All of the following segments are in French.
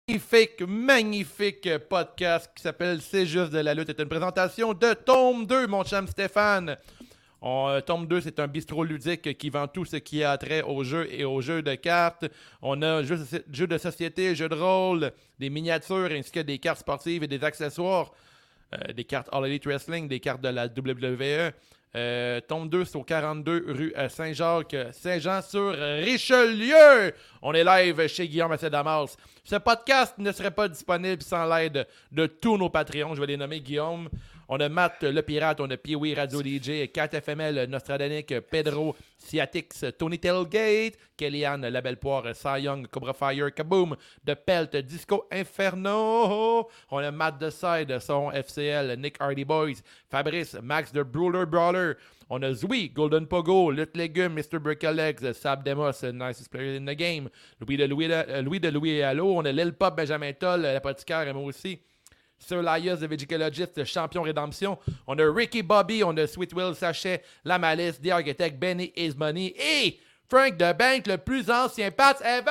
magnifique podcast qui s'appelle C'est juste de la lutte. C'est une présentation de Tome 2, mon chum Stéphane. Tome 2, c'est un bistrot ludique qui vend tout ce qui a trait aux jeux et aux jeux de cartes. On a jeux de société, jeux de rôle, des miniatures ainsi que des cartes sportives et des accessoirs. Des cartes All Elite Wrestling, des cartes de la WWE. Tome 2, c'est au 42 rue Saint-Jacques, Saint-Jean-sur-Richelieu. On est live chez Guillaume Damas. Ce podcast ne serait pas disponible sans l'aide de tous nos Patreons. Je vais les nommer, Guillaume. On a Matt le Pirate, on a Pee-Wee Radio DJ, 4FML, Nostradanic, Pedro, Ciatix, Tony Tailgate, Kellyanne, La Belle Poire, Cy Young, Cobra Fire, Kaboom, The Pelt, Disco Inferno. On a Matt The Side, Son FCL, Nick Hardy Boys, Fabrice, Max The Brawler. On a Zoui, Golden Pogo, Lutte Légume, Mr. Bricklegs, Sab Demos, Nicest Player in the Game, Louis de Louis et Allo. On a Lil Pop, Benjamin Toll, l'apothicaire et moi aussi. Sir Laius, The Vegicologist, Champion Rédemption. On a Ricky Bobby, on a Sweet Will Sachet, La Malice, The Architect, Benny Is Money et Frank the Bank, le plus ancien Pats ever!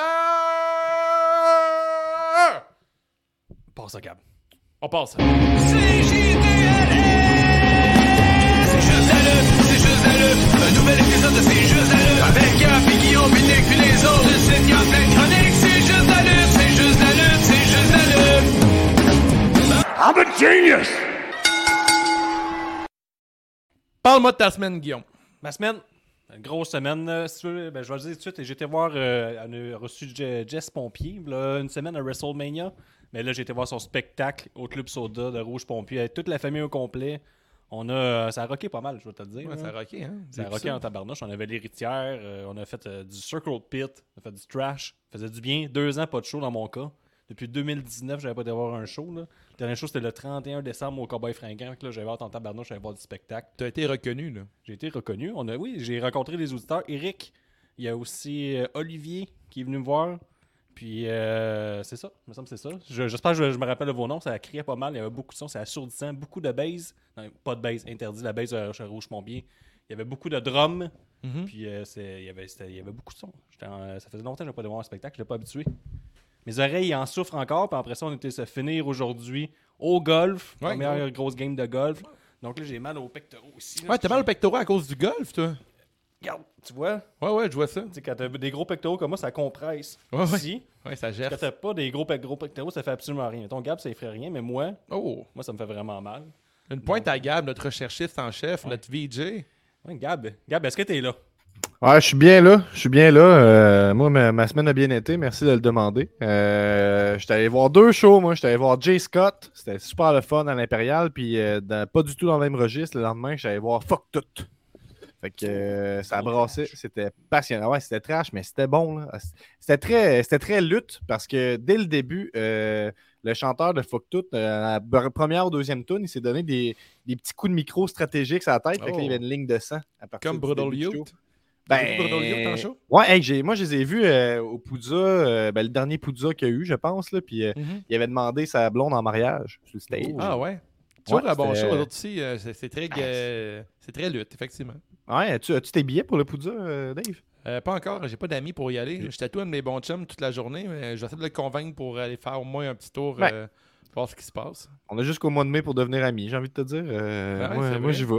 Passe à câble. On passe. C'est juste la lutte, un nouvel épisode de C'est juste la lutte. Avec Gap et Guillaume, puis Nick, puis les autres. Le site Gap, plein de chroniques. C'est juste la lutte, c'est juste la lutte, c'est juste la lutte. I'm a genius! Parle-moi de ta semaine, Guillaume. Ma semaine, une grosse semaine. Si tu veux, je vais le dire tout de suite. J'ai été voir, on a reçu Jess Pompier, là, une semaine à WrestleMania. Mais là, j'ai été voir son spectacle au Club Soda de Rouge Pompier avec toute la famille au complet. On a, ça a rocké pas mal, je vais te le dire. Ouais, ça a rocké, hein? Ça a rocké en tabarnouche. On avait l'héritière, on a fait du Circle Pit, on a fait du trash. Ça faisait du bien. 2 ans, pas de show dans mon cas. Depuis 2019, j'avais pas été voir un show. Là. Le dernier show, c'était le 31 décembre au Cowboy Fringant. Là, j'avais hâte en tabarnouche, j'allais voir du spectacle. Tu as été reconnu, là. J'ai été reconnu. Oui, j'ai rencontré les auditeurs. Eric, il y a aussi Olivier qui est venu me voir. Puis c'est ça, il me semble que c'est ça. J'espère que je me rappelle de vos noms. Ça criait pas mal, il y avait beaucoup de sons, c'est assourdissant. Beaucoup de bass. Non, pas de bass, interdit la bass chez Rouge Pompier. Il y avait beaucoup de drums. Puis il y avait beaucoup de sons. Ça faisait longtemps que je n'avais pas de voir un spectacle, je ne l'ai pas habitué. Mes oreilles en souffrent encore. Puis après ça, on était se finir aujourd'hui au golf. Ouais, première grosse game de golf. Donc là, j'ai mal aux pectoraux aussi. Là, Ouais, t'as mal au pectoral à cause du golf, toi? Regarde, tu vois? Ouais, je vois ça. Tu sais, quand t'as des gros pectoraux comme moi, ça compresse. Ouais. Ici. Ouais, ça Quand gère. t'as pas des gros pectoraux, ça fait absolument rien. Ton Gab, ça ne ferait rien, mais moi, Oh! ça me fait vraiment mal. Une pointe à Gab, notre recherchiste en chef, notre VJ. Ouais, Gab, est-ce que t'es là? Ouais, je suis bien là. Moi, ma semaine a bien été. Merci de le demander. J'étais allé voir 2 shows, moi. J'étais allé voir Jay Scott. C'était super le fun à l'Impérial. Puis pas du tout dans le même registre. Le lendemain, j'étais allé voir Fuck Tout. Fait que ça a brassé. C'était passionnant. Ouais, c'était trash, mais c'était bon. Là. C'était très lutte parce que dès le début, le chanteur de Fuck Tout, la première ou deuxième tune, il s'est donné des petits coups de micro stratégiques sur la tête. Fait que là, il y avait une ligne de sang à partir Comme du Brutal début du show. Youth. Ben, Brutal Youth en show? ouais, moi je les ai vus au Poudza, le dernier Poudza qu'il y a eu, je pense, là, puis il avait demandé sa blonde en mariage sur le stage. Ah ouais? Toujours Ouais, un bon c'était- show. L'autre aussi, c'est très lutte, effectivement. Ouais, as-tu tes billets pour le Poudza, Dave? Pas encore, j'ai pas d'amis pour y aller. Je tatoue un de mes bons chums toute la journée, mais j'essaie de le convaincre pour aller faire au moins un petit tour, voir ce qui se passe. On a jusqu'au mois de mai pour devenir amis, j'ai envie de te dire. c'est Moi, vrai. j'y vais.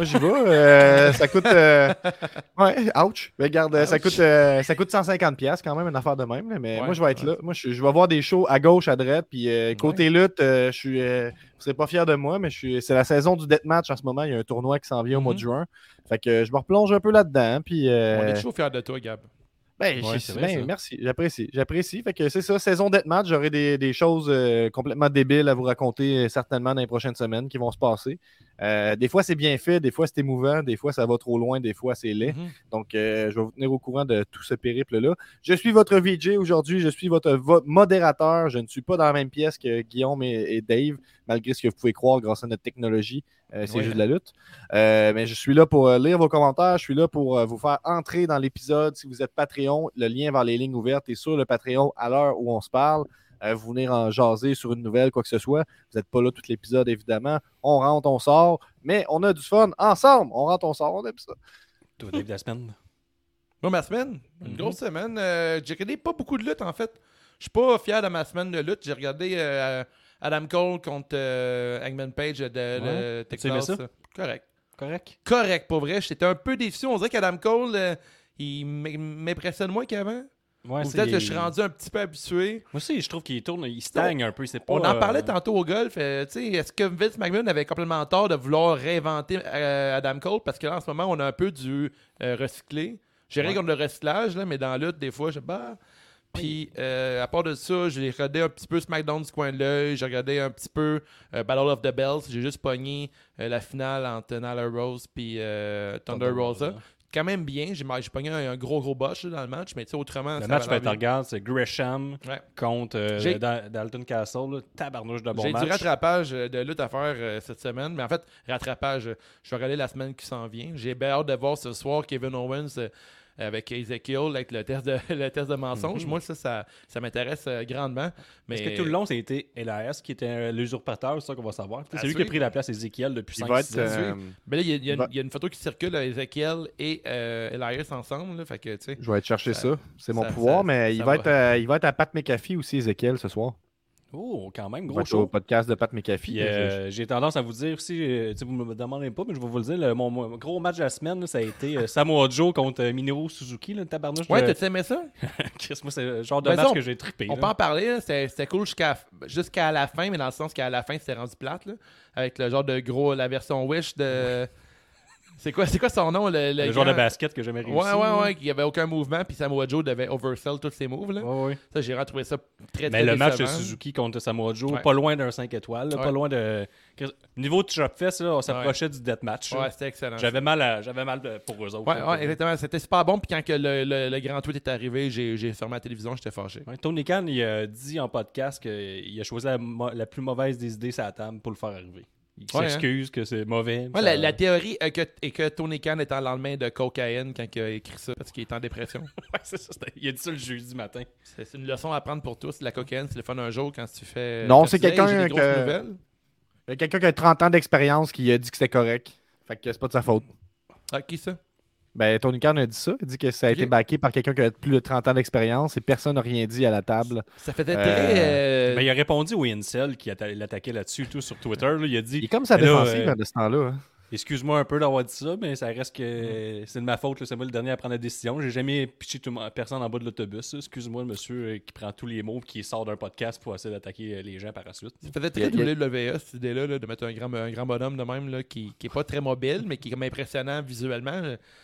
Ça coûte... ouais, ouch. Mais regarde, ça coûte 150$ quand même, une affaire de même. Là, mais Ouais, moi, je vais être là. Moi, je vais voir des shows à gauche, à droite. Puis côté lutte, je suis... vous serez pas fiers de moi, mais c'est la saison du deathmatch en ce moment. Il y a un tournoi qui s'en vient au mois de juin. Fait que je me replonge un peu là-dedans. Puis, On est toujours fiers de toi, Gab. Ben, Ouais, c'est vrai, ça. merci, j'apprécie. Fait que c'est ça, saison Deathmatch, j'aurai des choses complètement débiles à vous raconter certainement dans les prochaines semaines qui vont se passer. Des fois, c'est bien fait, des fois, c'est émouvant, des fois, ça va trop loin, des fois, c'est laid. Donc, je vais vous tenir au courant de tout ce périple-là. Je suis votre VJ aujourd'hui, je suis votre modérateur. Je ne suis pas dans la même pièce que Guillaume et Dave, malgré ce que vous pouvez croire grâce à notre technologie. C'est juste de la lutte. Mais je suis là pour lire vos commentaires. Je suis là pour vous faire entrer dans l'épisode. Si vous êtes Patreon, le lien vers les lignes ouvertes est sur le Patreon à l'heure où on se parle. Vous venez en jaser sur une nouvelle, quoi que ce soit. Vous n'êtes pas là tout l'épisode, évidemment. On rentre, on sort. Mais on a du fun ensemble. On rentre, on sort. On aime ça. Toi, Dave, de la semaine. Bon, ma semaine, une grosse semaine. J'ai regardé pas beaucoup de lutte, en fait. suis pas fier de ma semaine de lutte. J'ai regardé Adam Cole contre Hangman Page de le T'as aimé Texas. ça? Correct. Correct, pour vrai. J'étais un peu déçu. On dirait qu'Adam Cole, il m'impressionne moins qu'avant. Ouais, Ou peut-être que je suis rendu un petit peu habitué. Moi aussi, je trouve qu'il tourne, il stagne un peu. C'est pas, On en parlait tantôt au golf. Tu sais, est-ce que Vince McMahon avait complètement tort de vouloir réinventer Adam Cole? Parce que là, en ce moment, on a un peu du recyclé. J'ai rien contre le recyclage, là, mais dans la lutte, des fois, je sais pas. Puis, à part de ça, j'ai regardé un petit peu SmackDown du coin de l'œil. J'ai regardé un petit peu Battle of the Bells. J'ai juste pogné la finale entre Nyla Rose puis Thunder Rosa. Quand même bien. J'ai pogné un gros botch là, dans le match, mais tu sais, autrement... Le match, tu regardes, c'est Gresham contre Dalton Castle. Là, tabarnouche de bon match. J'ai du rattrapage de lutte à faire cette semaine, mais en fait, rattrapage, je vais regarder la semaine qui s'en vient. J'ai bien hâte de voir ce soir Kevin Owens avec Ezekiel, avec le test de mensonge. Moi, ça m'intéresse grandement. Mais... Est-ce que tout le long, ça a été Elias qui était l'usurpateur, c'est ça qu'on va savoir? C'est lui qui a pris la place d'Ezekiel depuis 5-6 ans. Mais là, il y a une photo qui circule, Ezekiel et Elias ensemble. Là, fait que, je vais aller chercher ça. C'est mon pouvoir, mais il va être à Pat McAfee aussi, Ezekiel, ce soir. Oh, quand même, Il va gros être show. au podcast de Pat McAfee. J'ai tendance à vous dire aussi, vous ne me demandez pas, mais je vais vous le dire, mon gros match de la semaine, là, ça a été Samoa Joe contre Minoru Suzuki, le tabarnouche. Ouais, t'as aimé ça? Chris, moi, c'est le genre de match que j'ai trippé. On peut en parler, là, c'était cool jusqu'à la fin, mais dans le sens qu'à la fin, c'était rendu plate, là, avec le genre de la version Wish de... C'est quoi son nom? Le genre de basket que j'ai jamais réussi. Ouais, qu'il n'y avait aucun mouvement, puis Samoa Joe devait oversell tous ses moves. Là. Ouais. Ça, j'ai retrouvé ça très Mais le match de décevant. Suzuki contre Samoa Joe, pas loin d'un 5 étoiles, là, pas loin de... Niveau de Chop Fest, là, on s'approchait du deathmatch. Ouais, c'était excellent. J'avais mal pour eux autres. Ouais, exactement. C'était super bon, puis quand que le grand tweet est arrivé, j'ai fermé la télévision, j'étais fâché. Ouais, Tony Khan, il a dit en podcast qu'il a choisi la plus mauvaise des idées sur la table pour le faire arriver. Il s'excuse que c'est mauvais. Ouais, la théorie est que Tony Khan est en lendemain de cocaïne quand il a écrit ça parce qu'il est en dépression. Ouais, c'est ça. Il a dit ça le jeudi matin. C'est une leçon à prendre pour tous. La cocaïne, c'est le fun un jour quand tu fais. Non, c'est quelqu'un qui a 30 ans d'expérience qui a dit que c'était correct. Fait que c'est pas de sa faute. Ah, qui ça? Ben, Tony Khan a dit ça. Il a dit que ça a été backé par quelqu'un qui a plus de 30 ans d'expérience et personne n'a rien dit à la table. Ça fait très... Ben, il a répondu au Incel qui l'attaquait là-dessus tout sur Twitter. Là, il a dit... Il est comme sa défensive de ce temps-là. Hein. Excuse-moi un peu d'avoir dit ça, mais ça reste que c'est de ma faute. Là, c'est moi le dernier à prendre la décision. J'ai jamais pitché personne en bas de l'autobus. Excuse-moi le monsieur qui prend tous les mots et qui sort d'un podcast pour essayer d'attaquer les gens par la suite. Ça faisait très WWE cette idée-là là, de mettre un grand bonhomme de même là, qui est pas très mobile, mais qui est comme impressionnant visuellement.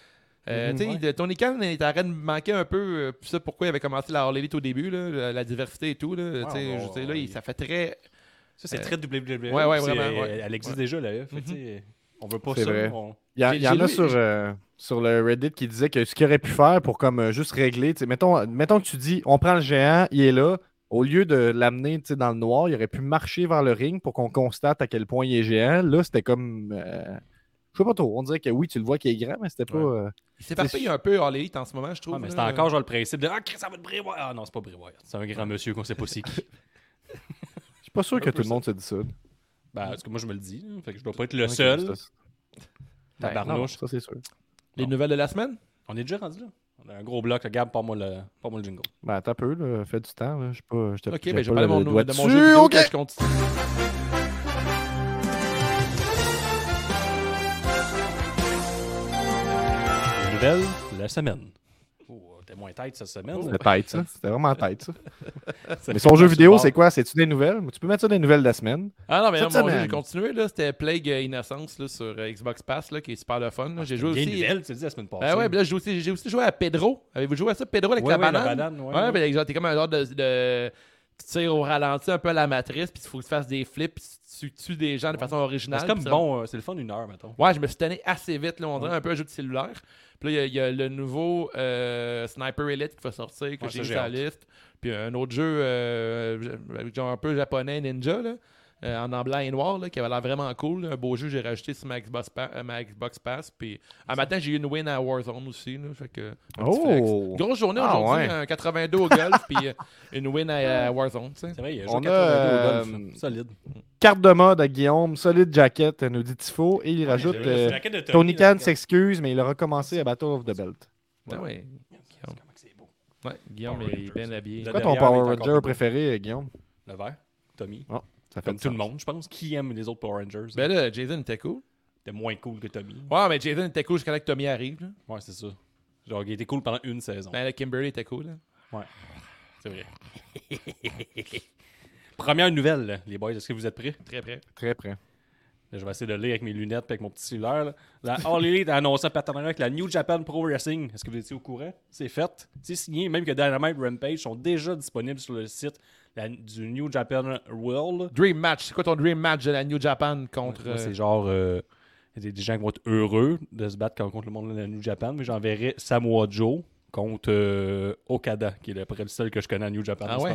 Tony Khan est en train de manquer un peu ça pourquoi il avait commencé la All Elite au début, là, la diversité et tout. Là, ça fait très... Ça, c'est très WWE. Ouais, vraiment. Elle existe déjà, là. On veut pas c'est ça. Vrai. Il y en a sur le Reddit qui disait que ce qu'il aurait pu faire pour comme juste régler, mettons que tu dis, on prend le géant, il est là, au lieu de l'amener dans le noir, il aurait pu marcher vers le ring pour qu'on constate à quel point il est géant. Là, c'était comme... je sais pas trop. On dirait que oui, tu le vois qu'il est grand, mais c'était pas... Il s'éparpille un peu All Elite en ce moment, je trouve. Ouais, mais c'est encore genre le principe de « Ah, ça va être Bray Wyatt! » Ah non, c'est pas Bray Wyatt. C'est un grand monsieur qu'on sait pas c'est qui. Je suis pas sûr que tout le monde se dit ça. Ben, parce que moi, je me le dis. Hein, fait que je dois pas être le seul. Tabarnouche. Ça, c'est sûr. Les nouvelles de la semaine? On est déjà rendu là. On a un gros bloc. Regarde, pas moi le jingle. Ben, attends un peu. Là. Fais du temps. Là. Je sais pas. Ok, ben, je vais parler de mon jeu vidéo que je continue. Les nouvelles de la semaine. T'es moins tête cette semaine. C'était tête, ça. C'était vraiment tête, ça. Mais son jeu vidéo, c'est quoi? C'est-tu des nouvelles? Tu peux mettre ça des nouvelles de la semaine. Ah non, mais mon jeu, j'ai continué. Là, c'était Plague Innocence là, sur Xbox Pass, là, qui est super le fun. Là. J'ai joué aussi... nouvelle, tu dis la semaine passée. Ben ouais, là, j'ai aussi joué à Pedro. Avez-vous joué à ça, Pedro, avec la banane? Ouais, ben, genre, t'es comme un genre de... Tu tires au ralenti un peu à la matrice, puis il faut que tu fasses des flips, puis tu tues des gens de façon originale. C'est comme bon, c'est le fun d'une heure, mettons. Ouais, je me suis tanné assez vite, là, on dirait un peu un jeu de cellulaire. Puis là, il y a le nouveau Sniper Elite qui va sortir, que j'ai mis sur la liste. Puis un autre jeu, genre un peu japonais, Ninja, là. En blanc et noir, là, qui avait l'air vraiment cool. Un beau jeu, j'ai rajouté sur ma Xbox Pass. Puis un matin, j'ai eu une win à Warzone aussi. Là, fait que, grosse journée aujourd'hui, un 82 au golf, puis une win à Warzone. C'est vrai, il y a joué 82 au golf. Solide. Carte de mode à Guillaume, solide jacket, nous dit Tifo. Et il rajoute Tony Khan s'excuse, mais il a recommencé à Battle of the Belt. Ah ouais. Ouais, Guillaume Power est bien habillé. Le C'est quoi ton derrière, il est Power encore Ranger plus préféré, Guillaume? Le vert, Tommy. Oh, ça fait Comme du tout le sens. monde, je pense. Qui aime les autres Power Rangers? Ben là, Jason était cool. C'était moins cool que Tommy. Ouais, mais Jason était cool jusqu'à là que Tommy arrive. Là. Ouais, c'est ça. Genre, il était cool pendant une saison. Ben là, Kimberly était cool. Là. Ouais, c'est vrai. Première nouvelle, là, les boys. Est-ce que vous êtes prêts? Très près. Très près. Là, je vais essayer de lire avec mes lunettes et avec mon petit cellulaire. Là. La All Elite a annoncé un partenariat avec la New Japan Pro Wrestling. Est-ce que vous étiez au courant? C'est fait. C'est signé. Même que Dynamite Rampage sont déjà disponibles sur le site du New Japan World. Dream match. C'est quoi ton dream match de la New Japan contre. Moi, c'est genre... il y a des gens qui vont être heureux de se battre contre le monde de la New Japan, mais j'enverrai Samoa Joe contre Okada, qui est à peu près le seul que je connais à New Japan. Ah en ce ouais?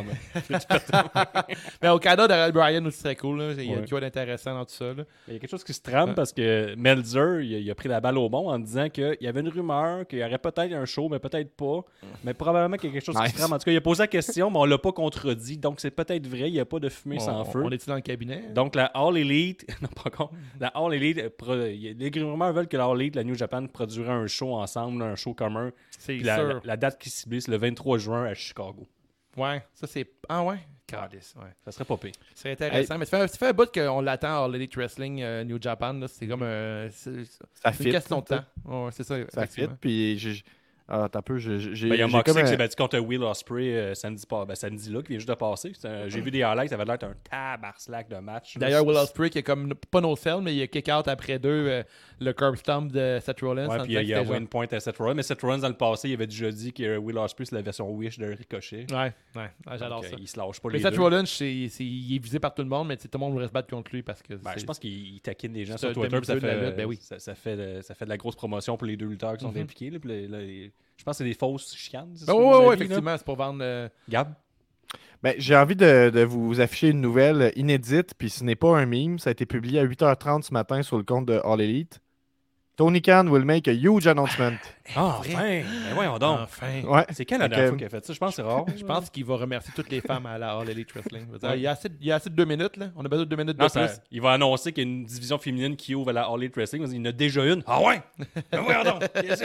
moment. Mais au Canada, Darrell Bryan aussi très cool. Là. Il y a Ouais. quelque chose d'intéressant dans tout ça. Là. Il y a quelque chose qui se trame parce que Meltzer, il a pris la balle au bon en disant qu'il y avait une rumeur qu'il y aurait peut-être un show, mais peut-être pas. Mais probablement qu'il y a quelque chose qui Nice. se trame. En tout cas, il a posé la question, mais on l'a pas contredit. Donc, c'est peut-être vrai. Il n'y a pas de fumée sans feu. On est-tu dans le cabinet? Donc, la All Elite, non pas encore, la All Elite, les rumeurs veulent que la All Elite, la New Japan, produirait un show ensemble, un show commun. C'est Puis sûr. la date qui ciblée, c'est le 23 juin à Chicago. Ouais, ça c'est. Ah ouais? Cardis, ouais. Ça serait pas pire. C'est intéressant. Mais ça fait un bout qu'on l'attend All Elite Wrestling New Japan. Là. C'est comme c'est Ça une fit. question de temps. Ouais, c'est ça. Ça fit. effectivement. Puis t'as un peu. J'ai Ben, il y a j'ai Moxley comme qui un- s'est battu contre Will Ospreay samedi là, qui vient juste de passer. J'ai vu des highlights, ça avait l'air d'un tabarslack de match. là. D'ailleurs, Will Ospreay qui est comme pas no sell, mais il a kick out après deux le curb stomp de Seth Rollins. Ouais, en puis il disant y a que c'était win point à Seth Rollins. Mais Seth Rollins, dans le passé, il avait déjà dit que Will Ospreay, c'est la version Wish de Ricochet. Ouais, j'adore Donc, ça. il se lâche pas Mais les Seth deux. Rollins, il est visé par tout le monde, mais tout le monde voudrait se battre contre lui parce que. Ben, je pense qu'il taquine les gens c'est sur un Twitter. Puis ça demi-dieu de la fait, lutte, ben oui. ça fait de la grosse promotion pour les deux lutteurs qui sont Mhm. impliqués. Là, puis là, je pense que c'est des fausses chicanes. c'est Ben, ça, ouais, à mon ouais, avis, là. effectivement, c'est pour vendre. Gab? Ben, j'ai envie de vous afficher une nouvelle inédite, puis ce n'est pas un meme. Ça a été publié à 8h30 ce matin sur le compte de All Elite. Tony Khan will make a huge announcement. Ah, enfin! Ben voyons donc! Enfin. Ouais. C'est quand la Fait dernière que- fois qu'il a fait ça? Je pense que c'est rare. Je pense qu'il va remercier toutes les femmes à la All Elite Wrestling. Je veux dire, Ouais. il y a assez de 2 minutes, là. On a besoin de 2 minutes Non, de ça- plus. il va annoncer qu'il y a une division féminine qui ouvre à la All Elite Wrestling. Il y en a déjà une. Ah ouais? Ben voyons donc!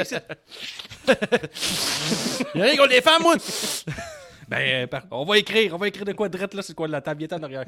Il y a rien contre les femmes, moi! On va écrire de quoi de drette là, c'est quoi de la table, il est en arrière.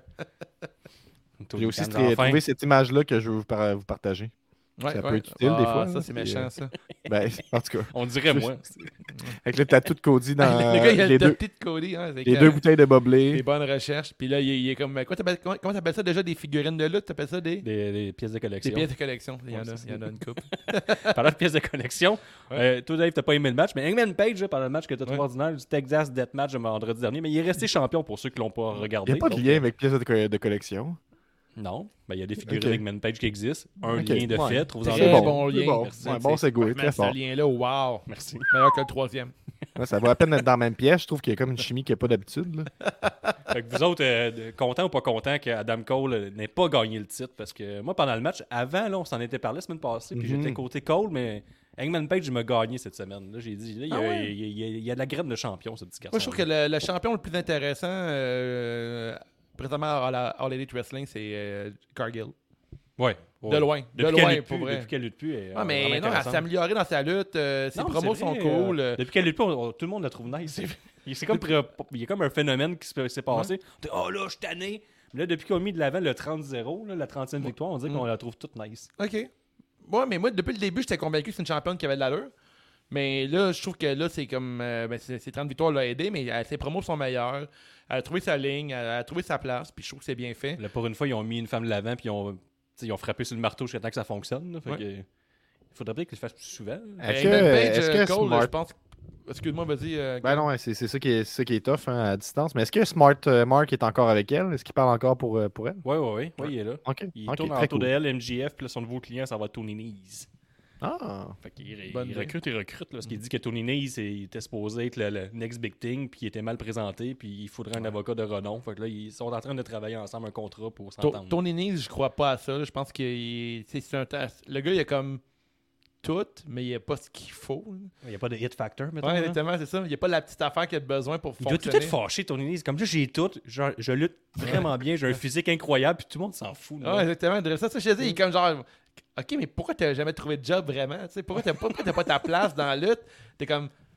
J'ai aussi Tony Khan, enfin. trouvé cette image-là que je veux vous partager. Ouais, Ça peut être utile, des fois, Ça, là, c'est puis, méchant, ça. Ben, en tout cas, On dirait moi. avec le tatou de Cody dans le gars, il a les le deux, petit de Cody. Hein, les deux bouteilles de Des boblé. bonnes recherches. Puis là, il est comme. Comment t'appelles ça déjà? Des figurines de lutte? T'appelles ça des Des pièces de collection. pièces de collection? Il y en Ouais, a, c'est il y en a une couple. Parlant de pièces de collection, toi Dave, t'as pas aimé le match, mais Hangman Page, là, pendant le match que t'as trouvé Ouais. ordinaire, du Texas Deathmatch de vendredi dernier, mais il est resté champion pour ceux qui l'ont pas Il regardé. n'y a pas de donc, lien avec pièces de collection. Non, ben il y a des figurines Ok. Hangman Page qui existent. Un Ok, lien de ouais. fait, trouve-en Très un bon. bon. lien. Bon, Merci. ouais, bon segway, très Man, fort. ce lien-là, wow! Merci. Meilleur que le troisième. Ouais, ça vaut la peine d'être dans la même pièce. Je trouve qu'il y a comme une chimie qu'il n'y a pas d'habitude. là. Fait que vous autres, contents ou pas contents qu'Adam Cole n'ait pas gagné le titre? Parce que moi, pendant le match, avant, là, on s'en était parlé la semaine passée, puis Mhm. j'étais côté Cole, mais Hangman Page m'a gagné cette semaine. Là, j'ai dit, là, Ah ouais? il y a de la graine de champion, ce petit garçon. Moi, je trouve que le champion le plus intéressant présentement à la All Elite Wrestling, c'est Cargill. Ouais. De loin. Depuis de qu'elle loin, lutte pour plus, vrai. depuis qu'elle lutte plus. Elle est Ah, mais vraiment non, elle intéressante. s'est améliorée dans sa lutte. Ses Non, promos c'est sont vrai, cool. Depuis qu'elle lutte plus, tout le monde la trouve nice. C'est comme, il y a comme un phénomène qui s'est passé. Oh là, je suis tanné. Mais là, depuis qu'on a mis de l'avant le 30-0, là, la 30e victoire, on dit qu'on la trouve toute nice. OK. Ouais, mais moi, depuis le début, j'étais convaincu que c'est une championne qui avait de l'allure. Mais là, je trouve que là, c'est comme. Ses 30 victoires l'ont aidé, mais ses promos sont meilleurs. Elle a trouvé sa ligne, elle a trouvé sa place, puis je trouve que c'est bien fait. Là, pour une fois, ils ont mis une femme de l'avant, puis ils ont frappé sur le marteau jusqu'à temps que ça fonctionne. Là. Fait Ouais. que, il faudrait peut-être qu'ils le fassent plus souvent. Est-ce Hangman que, Page, est-ce que Cole, Smart... je pense. Excuse-moi, vas-y. Ben non, ouais, c'est ça qui est tough hein, à distance. Mais est-ce que Smart Mark est encore avec elle? Est-ce qu'il parle encore pour elle? Ouais, il est là. OK. Il Ok, tourne très autour cool. de elle, MJF, puis là, son nouveau client, ça va être Tony Nese. Ah, Fait qu'il Bonne il idée. recrute. Là, parce qu'il dit que Tony Nese il était supposé être le next big thing, puis il était mal présenté, puis il faudrait un avocat de renom. Fait que là, ils sont en train de travailler ensemble un contrat pour s'entendre. Tony Nese, je crois pas à ça. Je pense que c'est un le gars, il a comme tout, mais il a pas ce qu'il faut. Il n'y a pas de hit factor, maintenant. Ouais, exactement, c'est ça. Il n'y a pas la petite affaire qu'il a besoin pour Il doit fonctionner. tout être fâché, Tony Nese. Comme ça, j'ai tout. Je lutte vraiment bien. J'ai un physique incroyable, puis tout le monde s'en fout. là. Ouais, exactement. De ça, je te dis, il est comme genre. OK, mais pourquoi t'as jamais trouvé de job vraiment? Tu sais, pourquoi t'as pas ta place dans la lutte? T'es comme.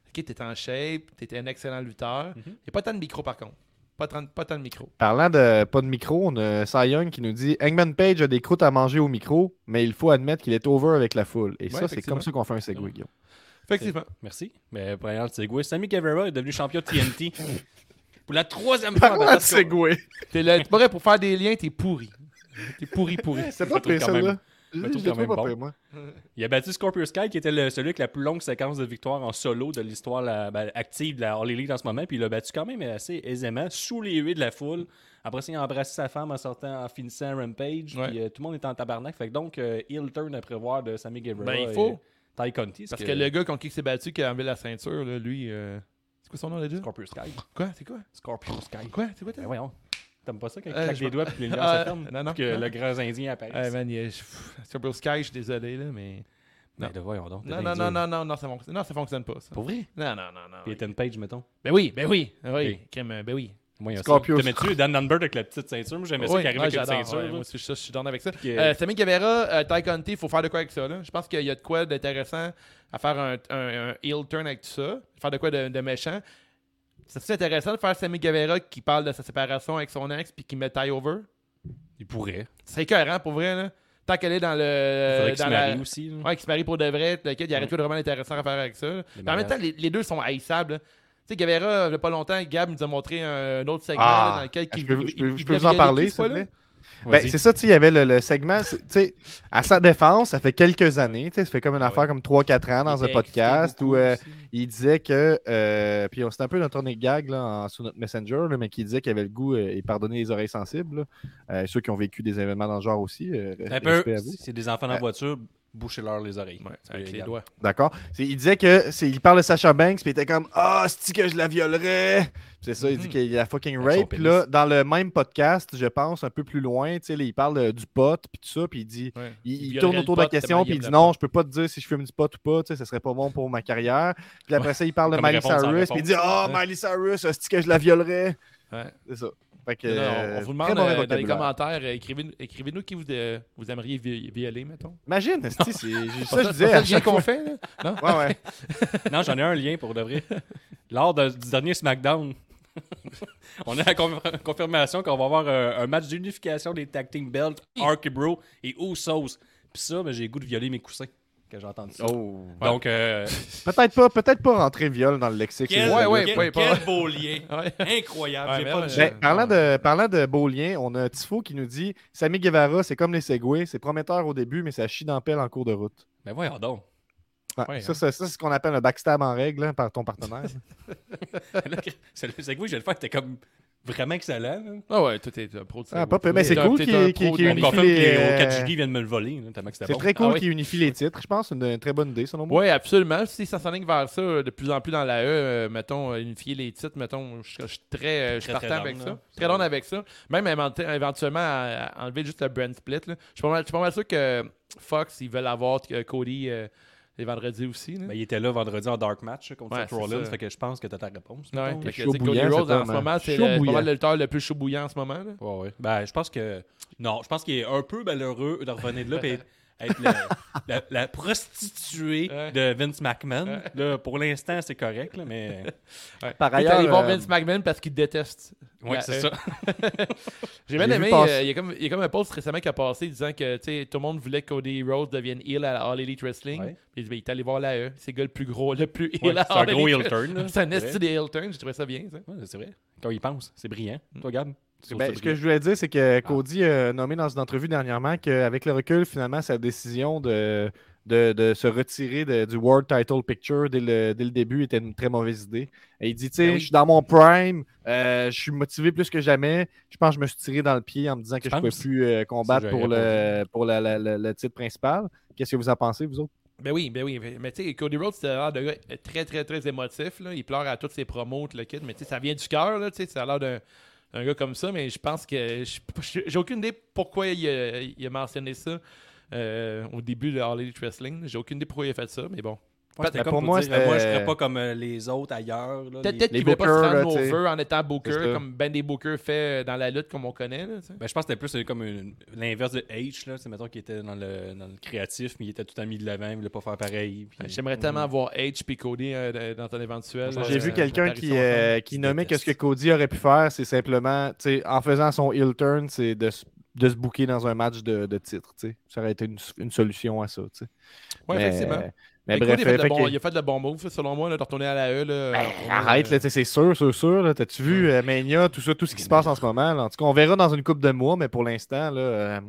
Ok, t'es en shape, t'es un excellent lutteur. Il n'y a pas tant de micro, par contre. Pas tant de micro. Parlant de pas de micro, on a Cy Young qui nous dit Hangman Page a des croûtes à manger au micro, mais il faut admettre qu'il est over avec la foule. Et ça, c'est effectivement. comme ça qu'on fait un segway, Guillaume. Effectivement. Merci. Mais pour aller dans le segway, Sammy Guevara est devenu champion de TNT pour la 3e fois. Parlant de segway. Tu pourrais, pour faire des liens, t'es pourri. T'es pourri. C'est Je pas le trouve pire, quand même- celle-là. je le Je trouve l'ai quand même pas bon. pire, moi. Il a battu Scorpio Sky, qui était celui avec la plus longue séquence de victoires en solo de l'histoire active de la All Elite en ce moment. Puis il l'a battu quand même assez aisément, sous les huées de la foule. Après ça, il a embrassé sa femme en finissant Rampage. Ouais. Puis tout le monde était en tabarnak. Fait que donc, heel turn à prévoir de Sammy Guevara. Ben, il faut. Et Ty Conti. Parce que le gars contre qui il s'est battu, qui a enlevé la ceinture, là, lui. C'est quoi son nom déjà? Scorpio Sky. Quoi? C'est quoi? Scorpio Sky. Quoi? C'est quoi? Ben voyons. T'aimes pas ça quand il je claque les vois- doigts puis les liens Ah, se ferment? non, Puis que non. le grand indien apparaît. Hey, man, sur Blue Sky, je suis désolé, là, mais. Ben, voyons donc. t'es Non, bien non, dur. non, ça fonctionne pas, ça. Pour vrai? Non. Puis Ethan Page, mettons. Ben oui. Ok. Ben oui. Moi, il y a Scorpio ça. T'aimais-tu Dan Lambert avec la petite ceinture? Moi, j'aimais ça Oui, qui arrivait avec une j'adore, ceinture. ouais, là. moi aussi, je suis down avec ça. que- Sammy Guevara, Ty Conti, il faut faire de quoi avec ça. Là. Je pense qu'il y a de quoi d'intéressant à faire un heel turn avec tout ça. Faire de quoi de méchant. C'est intéressant de faire Sammy Guevara qui parle de sa séparation avec son ex puis qui met Ty over. Il pourrait. C'est écœurant pour vrai. Là. Tant qu'elle est dans Il le. faudrait qu'il se dans marie aussi. là. Ouais, qui se marie pour de vrai. Le kid, il y aurait tout vraiment intéressant à faire avec ça. là. Les Mais en même temps, mariages. les deux sont haïssables. là. Tu sais, Guevara, il n'y a pas longtemps, Gab nous a montré un autre segment Ah, là, dans lequel je il- peux, il- je peux- il je peux vous devait en y aller parler, qui, s'il vous ce fois-là? plaît? Ben, Vas-y. c'est ça, tu sais, il y avait le segment, tu sais, à sa défense, ça fait quelques années, tu sais, ça fait comme une affaire comme 3-4 ans dans un Il podcast était où excité il disait que, puis c'était un peu notre tournée gag là, sur notre Messenger, là, mais qui disait qu'il avait le goût et pardonner les oreilles sensibles, là. Ceux qui ont vécu des événements dans le genre aussi, Un peu. respect à vous. C'est des enfants dans la voiture, bouchez-leur les oreilles. Ouais, C'est avec les légal. doigts. D'accord. Il disait il parle de Sasha Banks, puis il était comme ah, c'est que je la violerais. C'est ça, il dit qu'il y a fucking Avec son rape. Puis pénis. là, dans le même podcast, je pense, un peu plus loin, tu sais, là, il parle du pot, puis tout ça, puis il dit, Ouais. il violerait tourne le autour de la pot question, tellement puis il il dit aime non, le je peux pas te dire si je fume du pot ou pas, tu sais, ça serait pas bon pour ma carrière. Puis après ça, il parle de Comme Miley réponse sans Cyrus, puis il dit réponse. ah, Miley Cyrus, c'est que je la violerais. Ouais. C'est ça. Fait que, Non, on vous très demande mauvais dans les vocabulaire. commentaires, écrivez-nous qui vous aimeriez violer, mettons. Imagine, esti, ça je C'est disais ça à le lien chaque qu'on fois. fait, là? Non? Ouais, ouais. Non, j'en ai un lien pour de vrai. Lors du dernier SmackDown, on a la confirmation qu'on va avoir un match d'unification des tag team belts, RK Bro et Usos. Puis ça, ben, j'ai le goût de violer mes coussins quand j'ai entendu ça. Oh. Donc, Peut-être pas rentrer viol dans le lexique. quel, Ouais, quel- pas- quel beau lien. Ouais. Incroyable. Ouais, J'ai mais pas ouais, de ouais. Parlant de beaux liens, on a Tifo qui nous dit Sammy Guevara, c'est comme les Segway, c'est prometteur au début, mais ça chie dans pelle en cours de route. Ben voyons donc. Ouais, Ouais, ça, c'est ce qu'on appelle un backstab en règle hein, par ton partenaire. C'est que oui, je vais le faire. C'était comme vraiment excellent. là. Ah ouais, tout est pro de Ah, pas pire. Mais c'est T'es un- cool t'es qu'il un qu'il pro de On la unifie confirme que les, les 4 Julie viennent me le voler. là, tellement que c'était C'est bon. très cool Ah oui. qu'il unifie les titres. Je pense que c'est une très bonne idée, selon moi. Oui, absolument. Si ça s'enligne vers ça, de plus en plus dans la mettons, unifier les titres, mettons, je suis très Très, partant très avec down, ça. là. Très down avec ça. Même éventuellement à enlever juste le brand split. Là. Je suis pas mal sûr que Fox, ils veulent avoir Cody les vendredis aussi. Là. Ben, il était là vendredi en Dark Match contre Ouais, Seth c'est Rollins. ça. Fait que je pense que t'as ta réponse. Ouais, mettons. fait que, chaud tu sais, Cody bouillant, Rhodes, cet en homme, ce hein. moment, c'est Chaud pas bouillant. mal le lutteur le plus chaud bouillant en ce moment. Là. Ouais, ouais. Ben, je pense que. Non, je pense qu'il est un peu malheureux de revenir de là et être la prostituée Ouais. de Vince McMahon. Là, pour l'instant, c'est correct, là, mais. Par Puis t'es allé voir ailleurs, Vince McMahon parce qu'il déteste. Ouais, la c'est E. ça. J'ai bien J'ai aimé, vu passer- il y a comme un post récemment qui a passé disant que tu sais, tout le monde voulait que Cody Rhodes devienne heel à la All Elite Wrestling. Ouais. Puis il dit, ben, il est allé voir la E. C'est le gars le plus gros, le plus Ouais, heel à c'est un All gros Elite heel turn. là. C'est un vrai. esti des heel turn, j'ai trouvé ça bien. Ça. Ouais, c'est vrai. Quand il pense, c'est brillant. Toi, Gab? tu trouves ben, ça ce que brillant? je voulais dire, c'est que Cody a nommé dans une entrevue dernièrement qu'avec le recul, finalement, sa décision de se retirer du World Title Picture dès le début était une très mauvaise idée. Et il dit, tu sais, Ben oui. je suis dans mon prime, je suis motivé plus que jamais. Je pense que je me suis tiré dans le pied en me disant que je ne pouvais penses? plus combattre Ça, pour j'aurais pour le titre principal. Qu'est-ce que vous en pensez, vous autres? Ben oui. Mais tu sais, Cody Rhodes, c'est l'air de gars très, très, très émotif. Là. Il pleure à toutes ses promos, tout le kid. Mais tu sais, ça vient du cœur. Là, tu sais, ça a l'air d'un gars comme ça. Mais je pense que j'ai aucune idée pourquoi il a mentionné ça au début de All Elite Wrestling. J'ai aucune idée pourquoi il a fait ça. Mais bon, C'était pour comme moi, dire, moi, je c'était- serais pas comme les autres ailleurs. Là, Peut-être les- qu'il voulait pas se bookers, rendre là, tu sais. over en étant C'est booker, ça. comme ben des bookers fait dans la lutte comme on connaît. Là, tu sais. Ben, je pense que c'était plus comme l'inverse de H. Là, mettons qu'il était dans le créatif, mais il était tout à mis de l'avant, il voulait pas faire pareil. Puis... J'aimerais tellement voir H et Cody dans un éventuel. J'ai vu quelqu'un qui nommait que déteste. ce que Cody aurait pu faire, c'est simplement, tu sais, en faisant son heel turn, c'est de se booker dans un match de titre. Tu sais. Ça aurait été une solution à ça. Tu sais. Oui, Mais- effectivement. Mais Cody bref, il a fait le bon move, selon moi, là, de retourner à la E. Là, arrête, là, tu sais, c'est sûr. Là. T'as-tu vu Mania, tout ça, tout ce qui se passe en ce moment? Là? En tout cas, on verra dans une couple de mois, mais pour l'instant, là,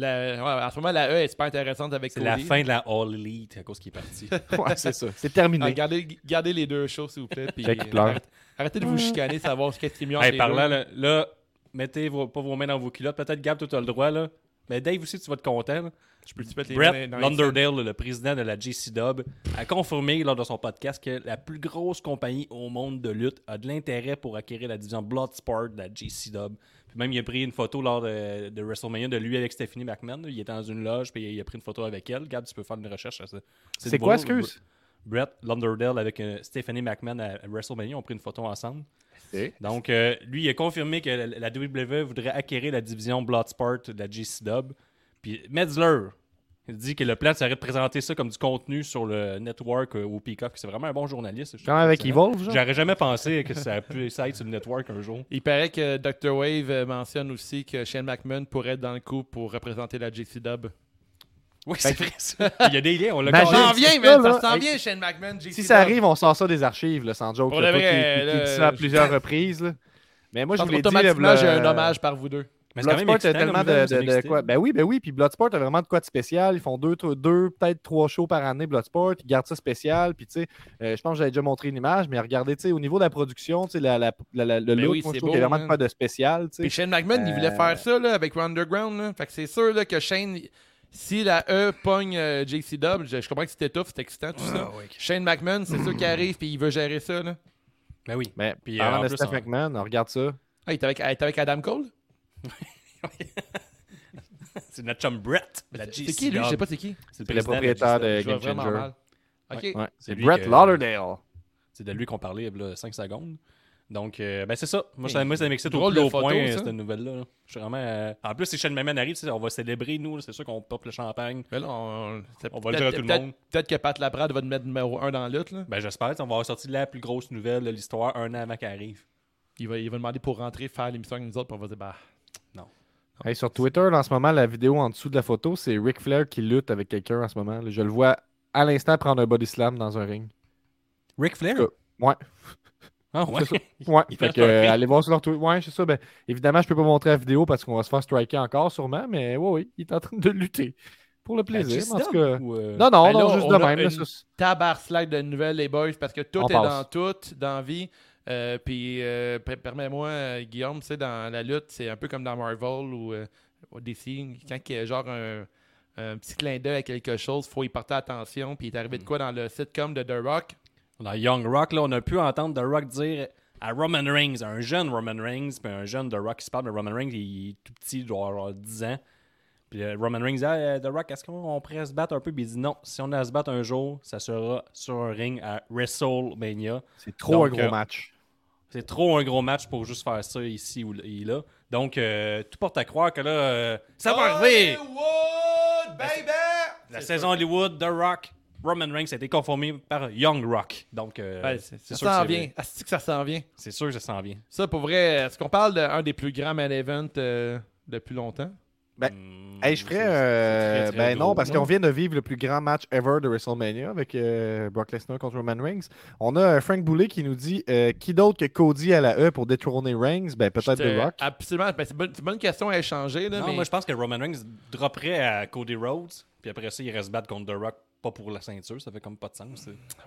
En ce moment, la E est super intéressante avec C'est Cody. la fin de la All Elite à cause qu'il est parti. ouais, c'est ça. C'est terminé. Ah, gardez les deux shows, s'il vous plaît. Puis, Jack pleure. arrêtez de vous chicaner, savoir ce qui est mieux entre Hey, les parlant, deux. là, mettez pas vos mains dans vos culottes. Peut-être, Gab, toi, tu as le droit. Là. Mais Dave aussi, tu vas être content. Là. Je peux-tu mettre les mains Brett dans les Lauderdale, le président de la JC Dub, a confirmé lors de son podcast que la plus grosse compagnie au monde de lutte a de l'intérêt pour acquérir la division Bloodsport de la JC Dub. Puis même, il a pris une photo lors de WrestleMania de lui avec Stephanie McMahon. Il était dans une loge, puis il a pris une photo avec elle. Gab, tu peux faire une recherche à ça. C'est quoi, excuse? Brett Lauderdale avec Stephanie McMahon à WrestleMania ont pris une photo ensemble. Et? Donc, lui, il a confirmé que la WWE voudrait acquérir la division Bloodsport de la JC Dub. Puis Metzler, il dit que le plan serait de présenter ça comme du contenu sur le network au Peacock. C'est vraiment un bon journaliste. Je Quand avec trouve excellent. Evolve, genre? J'aurais jamais pensé que ça pu être sur le network un jour. Il paraît que Dr. Wave mentionne aussi que Shane McMahon pourrait être dans le coup pour représenter la JC Dub. Oui, c'est vrai ça. Il y a des liens, on l'a Imagine- calé. Ça s'en vient, ça, man! là, Ça s'en hey, vient, Shane McMahon, JC Si Dub. ça arrive, on sort ça des archives, là, sans joke. Pour Là, le toi vrai, qui dit ça à plusieurs reprises. Là. Mais moi, je vous l'ai dit, Automatiquement, j'ai un là, hommage par vous deux. Mais c'est quand même Bloodsport, il y a excitant tellement comme nouvelle, ça de m'excite. quoi. Ben oui. Puis Bloodsport a vraiment de quoi de spécial. Ils font deux peut-être 3 shows par année, Bloodsport. Ils gardent ça spécial. Puis, tu sais, je pense que j'avais déjà montré une image, mais regardez, tu sais, au niveau de la production, tu sais, le look, oui, moi, c'est je trouve beau, qu'il y a vraiment man. de quoi de spécial. Tu sais. Puis Shane McMahon, il voulait faire ça là, avec Underground. Là. Fait que c'est sûr là, que Shane, si la E pogne JC Dub, je comprends que c'était tough, c'est excitant tout ça. Shane McMahon, c'est sûr qu'il arrive puis il veut gérer ça. Là. Ben oui. Mais Puis, parlant en de plus, Steph on- McMahon, on regarde ça. Ah, il était avec Adam Cole? C'est notre chum Brett. de la C'est JC qui lui? Je sais Dub. pas c'est qui. C'est C'est le président de la propriétaire JC Dub. de Je vois Game vraiment Changer. mal. OK. Ouais, c'est lui Brett que- Lauderdale. C'est de lui qu'on parlait il y a 5 secondes. Donc, ben c'est ça. Moi, ça m'excite au Drôle plus de haut photo, point, ça. cette nouvelle-là. là. Je suis vraiment... En plus, si Shane McMahon arrive, tu sais, on va célébrer, nous. là. C'est sûr qu'on pop le champagne. Mais là, on va le dire à tout le monde. Peut-être que Pat Laprade va te mettre numéro 1 dans la lutte. Là. Ben, j'espère. On va avoir sorti la plus grosse nouvelle de l'histoire un an avant qu'elle arrive. Il va demander pour rentrer, faire l'émission avec nous autres, puis on va dire, bah. Hey, sur Twitter, en ce moment, la vidéo en dessous de la photo, c'est Ric Flair qui lutte avec quelqu'un en ce moment. Là. Je le vois à l'instant prendre un body slam dans un ring. Ric Flair? Ouais. Ah ouais? C'est ça. Ouais. Il Fait fait que, un ring. allez voir sur leur Twitter. Ouais, c'est ça. Ben, évidemment, je peux pas montrer la vidéo parce qu'on va se faire striker encore, sûrement. Mais oui, il est en train de lutter. Pour le plaisir. En tout cas. Non, Ben là, juste on de a même. là, une ça, tabarcelague de nouvelles, les boys, parce que tout On est passe. dans tout, dans la vie. Puis, permets-moi, Guillaume, tu sais, dans la lutte, c'est un peu comme dans Marvel ou DC, quand il y a genre un petit clin d'œil à quelque chose, il faut y porter attention. Puis, il est arrivé de quoi dans le sitcom de The Rock? Dans Young Rock, là, on a pu entendre The Rock dire à Roman Reigns, un jeune Roman Reigns, puis un jeune The Rock qui se parle, mais Roman Reigns, il est tout petit, il doit avoir 10 ans. Puis Roman Reigns dit The Rock, est-ce qu'on pourrait se battre un peu? Puis il dit non, si on a à se battre un jour, ça sera sur un ring à WrestleMania. c'est trop Donc, un gros match. C'est trop un gros match pour juste faire ça ici ou là. Donc, tout porte à croire que là, ça va arriver! Hollywood, baby! La saison Hollywood, The Rock, Roman Reigns a été conformé par Young Rock. Donc, Ouais, c'est ça sûr que s'en c'est vient. vrai. Asti que ça s'en vient. C'est sûr que ça s'en vient. Ça, pour vrai, est-ce qu'on parle d'un des plus grands main events depuis longtemps? Hey, je ferais. c'est très, très Ben non, gros, parce non? qu'on vient de vivre le plus grand match ever de WrestleMania avec Brock Lesnar contre Roman Reigns. On a Frank Boulet qui nous dit qui d'autre que Cody à la E pour détrôner Reigns? Ben peut-être The Rock. Absolument. Ben, c'est une bonne question à échanger. Là, Non, mais... moi, je pense que Roman Reigns dropperait à Cody Rhodes, puis après ça, il reste battre contre The Rock, pas pour la ceinture, ça fait comme pas de sens.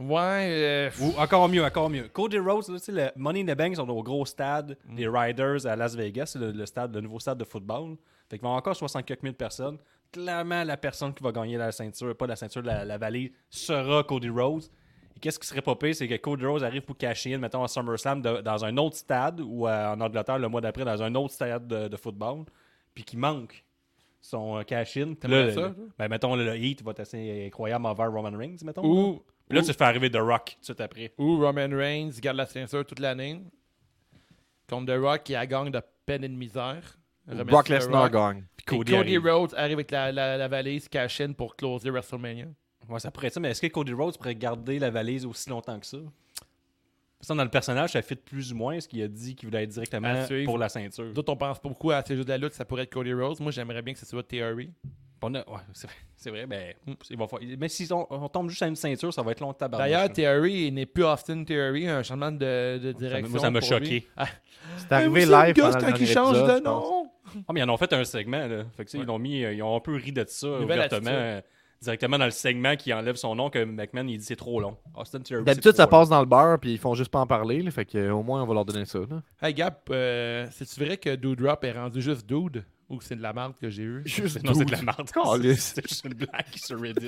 Ouais. Ou encore mieux. Cody Rhodes, là, tu sais, le Money in the Bank sont au gros stade des Riders à Las Vegas, c'est le nouveau stade de football. Fait qu'il va y avoir encore 64 000 personnes. Clairement, la personne qui va gagner la ceinture, pas la ceinture, la vallée, sera Cody Rhodes. Et qu'est-ce qui serait pas pire, c'est que Cody Rhodes arrive pour cacher in, mettons, à SummerSlam dans un autre stade ou en Angleterre le mois d'après dans un autre stade de football, puis qu'il manque son cash-in. Puis T'aimerais là, ça, toi? ben, mettons, le Heat va être assez incroyable envers Roman Reigns, mettons. Ou Puis là, tu fais arriver The Rock tout de suite après. Ou Roman Reigns garde la ceinture toute l'année. Contre The Rock qui a gang de peine et de misère. Remercie Brock The Lesnar Rock. gagne. Puis Puis Cody Cody arrive. Rhodes arrive avec la valise cash-in pour closer WrestleMania. Ouais, ça pourrait être ça, mais est-ce que Cody Rhodes pourrait garder la valise aussi longtemps que ça? Ça, dans le personnage, ça fit plus ou moins ce qu'il a dit qu'il voulait être directement À suivre. pour la ceinture. D'autres, on pense pas beaucoup à ces jeux de la lutte, ça pourrait être Cody Rhodes. Moi, j'aimerais bien que ce soit Theory. Ouais, c'est vrai, mais mais si on tombe juste à une ceinture, ça va être long de tabarnak. D'ailleurs, Theory il n'est plus Austin Theory, un changement de direction. Moi, ça m'a pour choqué. lui. Ah, C'est arrivé vous êtes live gosse pendant le quand il dernier change épisode, de je pense. nom. Ah, mais ils en ont fait un segment, là. Fait que, tu sais, ils ont un peu ri de ça Nouvelle ouvertement. attitude. Directement dans le segment qui enlève son nom, que McMahon, il dit c'est trop long. Austin Theory, D'habitude, c'est ça trop long. passe dans le beurre, puis ils font juste pas en parler. Là, fait que, au moins, on va leur donner ça. Là. Hey Gab, c'est-tu vrai que Doudrop est rendu juste Dude? Ou que c'est de la merde que j'ai eu? Juste Non, c'est de la merde. Calisse. C'est juste une blague sur Reddit.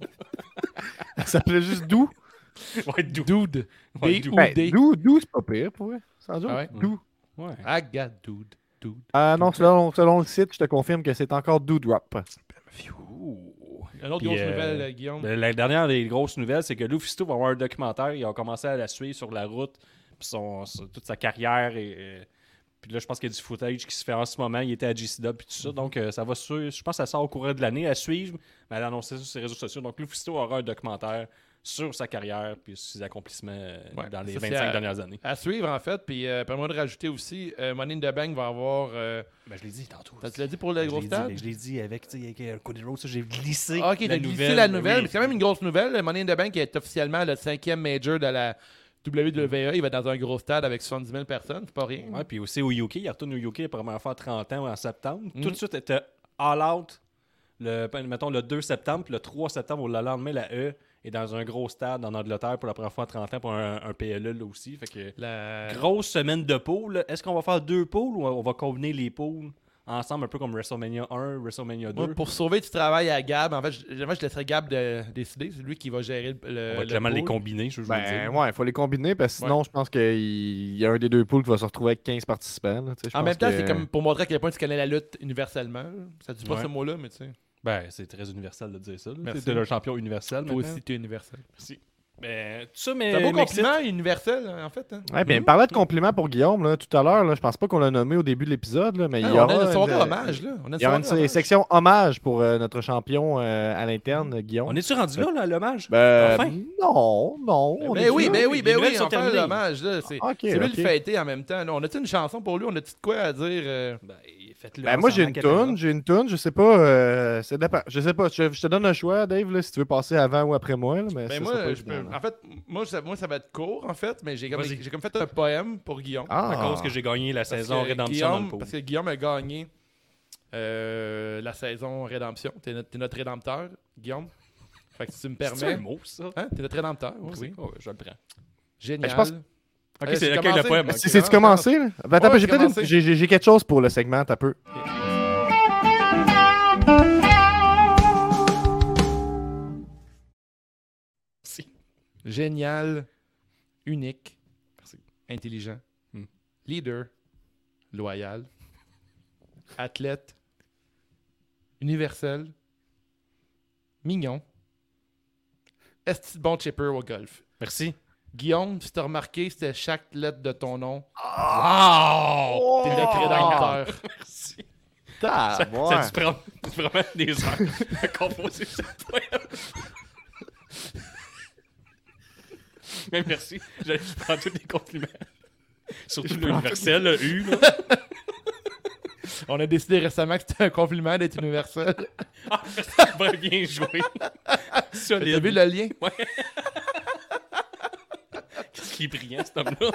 Ça s'appelait juste Dou. Ouais, Dude. Dude. Ouais, D-U-D. Dou, c'est pas pire, pour vrai. Sans doute. Ah ouais? Dou. Ouais. I got Dude. Dude. Ah non, selon le site, je te confirme que c'est encore Doudrop. Une autre Puis, grosse nouvelle, Guillaume. La dernière des grosses nouvelles, c'est que Lufisto va avoir un documentaire. Ils ont commencé à la suivre sur la route, puis toute sa carrière. Puis là, je pense qu'il y a du footage qui se fait en ce moment. Il était à GCW puis tout ça. Donc, ça va je pense que ça sort au courant de l'année à suivre. Mais elle a annoncé sur ses réseaux sociaux. Donc, Lufisto aura un documentaire sur sa carrière puis sur ses accomplissements dans les ça, 25 dernières années. À suivre, en fait. Puis, permets-moi de rajouter aussi, Money in the Bank va avoir... Ben, je l'ai dit tantôt. tu l'as dit pour le gros stade? Je l'ai dit avec Cody Rhodes. J'ai glissé Ah, ok, la t'as nouvelle. glissé la nouvelle. Oui. Mais c'est quand même une grosse nouvelle. Money in the Bank est officiellement le 5e major de la WWE. Il va être dans un gros stade avec 70 000 personnes. C'est pas rien. Ouais, puis aussi au UK. Il retourne au UK la première fois à 30 ans en septembre. Tout de suite, était all out. Mettons le 2 septembre, puis le 3 septembre, le lendemain, la E est dans un gros stade en Angleterre pour la première fois à 30 ans pour un PLE là aussi. Fait que grosse semaine de poules. Là. Est-ce qu'on va faire 2 poules ou on va combiner les poules ensemble un peu comme WrestleMania 1, WrestleMania 2? Moi, pour sauver du travail à Gab, en fait, je laisserais Gab décider. C'est lui qui va gérer le On va clairement les pool. combiner, je veux dire. Ouais, il faut les combiner parce que sinon, je pense qu'il y a un des deux poules qui va se retrouver avec 15 participants. Là, En même temps, c'est comme pour montrer à quel point tu connais la lutte universellement. Ça dit pas Ouais. ce mot-là, mais tu sais. Ben, c'est très universel de dire ça. Merci. T'es le champion universel. Toi maintenant. aussi, t'es universel. Merci. Ben, tout ça, mais. C'est un beau mais compliment, universel, en fait. Hein. Ouais, bien, parlait de compliments pour Guillaume là, tout à l'heure. Là, je pense pas qu'on l'a nommé au début de l'épisode, là, mais il y on aura a une soirée une- hommage, là. On a Il y aura une soirée hommage. section hommage pour notre champion à l'interne, Guillaume. On est-tu rendu là, l'hommage? Ben, Enfin? non. On Ben est oui, sûr. ben oui, Les ben nouvelles oui, sont on fait terminées. l'hommage, là. C'est Ok, lui ok. le fêter en même temps. Là. On a-tu une chanson pour lui? On a-tu de quoi à dire? Ben, faites-le. Ben, moi, j'ai ensemble une à caméra. toune, je sais pas, c'est dépend. Je sais pas, je te donne un choix, Dave, là, si tu veux passer avant ou après moi, là, mais ça Ben sera pas moi, évident, là. en fait, moi, ça va être court, en fait, mais j'ai comme Vas-y. fait un poème pour Guillaume. À Ah, cause que j'ai gagné la Parce saison que Rédemption dans le pool. Parce que Guillaume a gagné la saison Rédemption. T'es notre rédempteur, Guillaume. Fait que si tu me C'est un permets... mot, ça? Hein? T'es notre rédempteur, oui. Oui, ouais, je le prends. Génial. je pense- Ok, J'ai c'est lequel commencé. le poème? ok. C'est-tu commencé, là? Ben, attends, Ouais, j'ai peut-être commencé. j'ai quelque chose pour le segment, t'as peu. Si. Génial, unique, Merci. intelligent, Hmm. leader, loyal, athlète, universel, mignon, esti de bon chipper au golf. Merci. Guillaume, si t'as remarqué, c'était chaque lettre de ton nom. Wow! T'es notre rédempteur. Merci. Ah, Ça ouais. a dû prendre vraiment des heures à composer ce poème. Mais merci. Je prends tous les compliments. Surtout l'universel, le U. Là. On a décidé récemment que c'était un compliment d'être universel. Va bien joué. T'as Solide. vu le lien? Qu'est-ce qui est brillant, cet homme-là?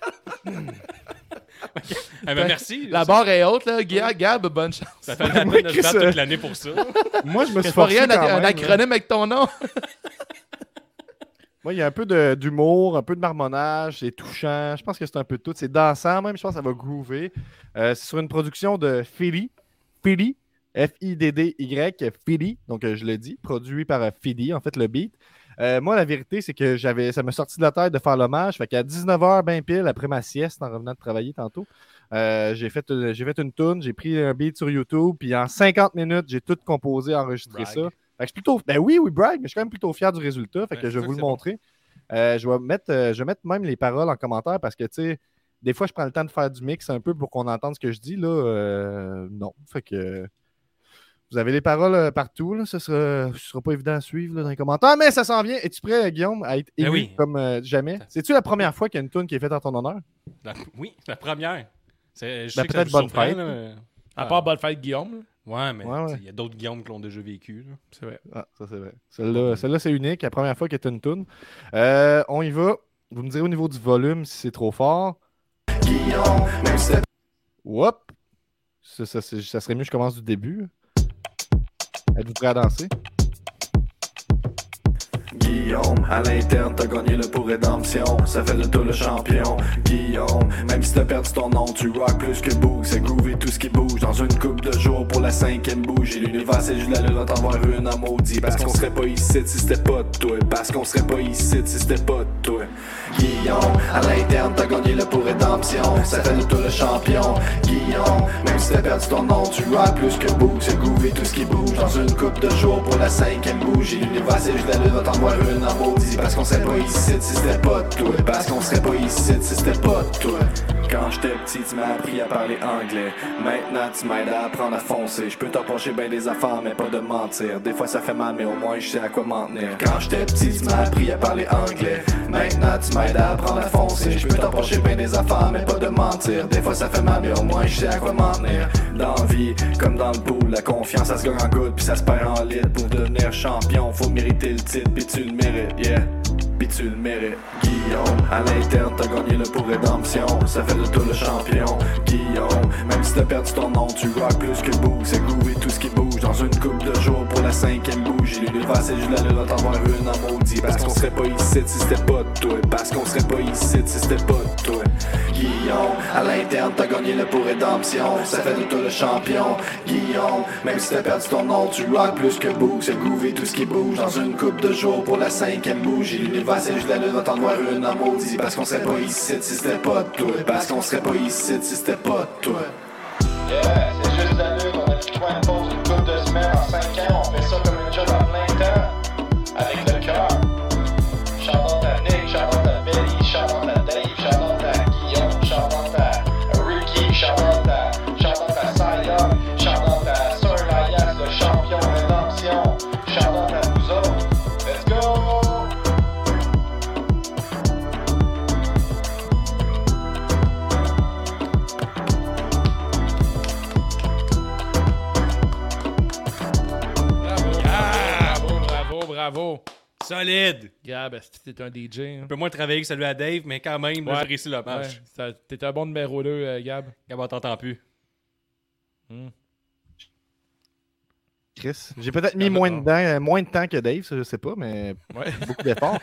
Ok. Eh ben, merci. La barre est haute, là. Gab, bonne chance. Ça fait la Ouais, peine de se Chris, battre toute l'année pour ça. Moi, je me suis C'est pas forcé rien, quand un même, là. acronyme avec ton nom. Moi, il y a un peu d'humour, un peu de marmonnage, c'est touchant. Je pense que c'est un peu de tout. C'est dansant même, je pense que ça va groover. C'est sur une production de Philly. Philly, F-I-D-D-Y, Philly. Donc, je le dis, produit par Philly, en fait, le beat. Moi, la vérité, c'est que ça m'a sorti de la tête de faire l'hommage. Fait qu'à 19h, ben pile, après ma sieste, en revenant de travailler tantôt, j'ai fait une toune, j'ai pris un beat sur YouTube, puis en 50 minutes, j'ai tout composé, enregistré Brag. ça. Fait que je suis plutôt... Ben oui, brag, mais je suis quand même plutôt fier du résultat. Fait que Ben, je vais c'est vous ça le que montrer. Je vais mettre même les paroles en commentaire parce que, tu sais, des fois, je prends le temps de faire du mix un peu pour qu'on entende ce que je dis. Là, non. Fait que vous avez les paroles partout. Là. Ce sera pas évident à suivre là, dans les commentaires, mais ça s'en vient. Es-tu prêt, Guillaume, à être ému oui. comme jamais? C'est-tu la première fois qu'il y a une toune qui est faite en ton honneur? Oui, la première. Je Ben, sais que peut-être ça vous bonne surprend, fête. là, mais- À part bonne fête, Guillaume. là. Ouais, mais Ouais. il y a d'autres Guillaume qui l'ont déjà vécu. Là. C'est vrai. Ah, ça c'est vrai. Celle-là, c'est unique. La première fois qu'il y a une toune. On y va. Vous me direz au niveau du volume si c'est trop fort. Guillaume, même si Whoop! Ça serait mieux que je commence du début. Êtes-vous prêts à danser? Guillaume, à l'interne, t'as gagné le pour rédemption. Ça fait de toi le champion. Guillaume, même si t'as perdu ton nom, tu rock plus que Boog. C'est groovy tout ce qui bouge. Dans une coupe de jours pour la 5e bouge. Et l'univers, c'est juste la lune, va t'en voir une en maudit. Parce qu'on serait pas ici si c'était pas de toi. Parce qu'on serait pas ici si c'était pas de toi. Guillaume, à l'interne, t'as gagné le pour rédemption. Ça fait de toi le champion. Guillaume, même si t'as perdu ton nom, tu rock plus que Boog. C'est groovy tout ce qui bouge. Dans une coupe de jours pour la 5e bouge. Et l'univers, c'est juste la lune, va t'en voir une en maudit. Parce qu'on serait pas ici si c'était pas de toi. Parce qu'on serait pas ici si c'était pas de toi. Quand j'étais petit, tu m'as appris à parler anglais. Maintenant, tu m'aides à apprendre à foncer. Je peux t'approcher bien des affaires, mais pas de mentir. Des fois, ça fait mal, mais au moins, je sais à quoi m'en tenir. Quand j'étais petit, tu m'as appris à parler anglais. Maintenant, tu m'aides à apprendre à foncer. Je peux t'approcher bien des affaires, mais pas de mentir. Des fois, ça fait mal, mais au moins, je sais à quoi m'en tenir. Dans la vie, comme dans le pool, la confiance, ça se gagne en goutte, puis ça se perd en litre. Pour devenir champion, faut mériter le titre, puis tu le mérites, yeah. Puis tu le mérites. Guillaume, à l'interne, t'as gagné le pour rédemption. Ça fait de toi le champion. Guillaume, même si t'as perdu ton nom, tu rock plus que Boog. C'est groovy tout ce qui bouge. Dans une coupe de jours pour la 5e bouge. Et l'univers, c'est juste la lune, va t'en voir une en maudit. Parce qu'on serait pas ici si c'était pas de toi. Parce qu'on serait pas ici si c'était pas de toi. Guillaume, à l'interne, t'as gagné le pour rédemption. Ça fait de toi le champion. Guillaume, même si t'as perdu ton nom, tu rock plus que Boog. C'est groovy tout ce qui bouge. Dans une coupe de jours pour la 5e bouge. Et l'univers, c'est juste la lune, va t'en voir une en maudit. Parce qu'on serait pas ici si c'était pas de toi. Parce qu'on serait pas ici si c'était pas de toi. Yeah, c'est juste la lune, on a pris point de pause une couple de semaines en 5 ans, on fait ça comme une job à plein temps, avec le cœur. Shout-out à Nick, shout-out à Belly, shout-out à Dave, shout-out à Guillaume, shout-out à Ricky, shout-out à Saya, shout-out à Sir Elias, le champion de rédemption, shout-out à vous autres. Let's go! Bravo. Solide! Gab, t'es un DJ. Un peu moins travaillé que celui à Dave, mais quand même, là, Ouais. j'ai réussi l'hommage. T'es un bon numéro 2, Gab. Gab, on t'entend plus. Chris. J'ai peut-être mis moins de temps que Dave, ça, je sais pas, mais Ouais. beaucoup d'efforts.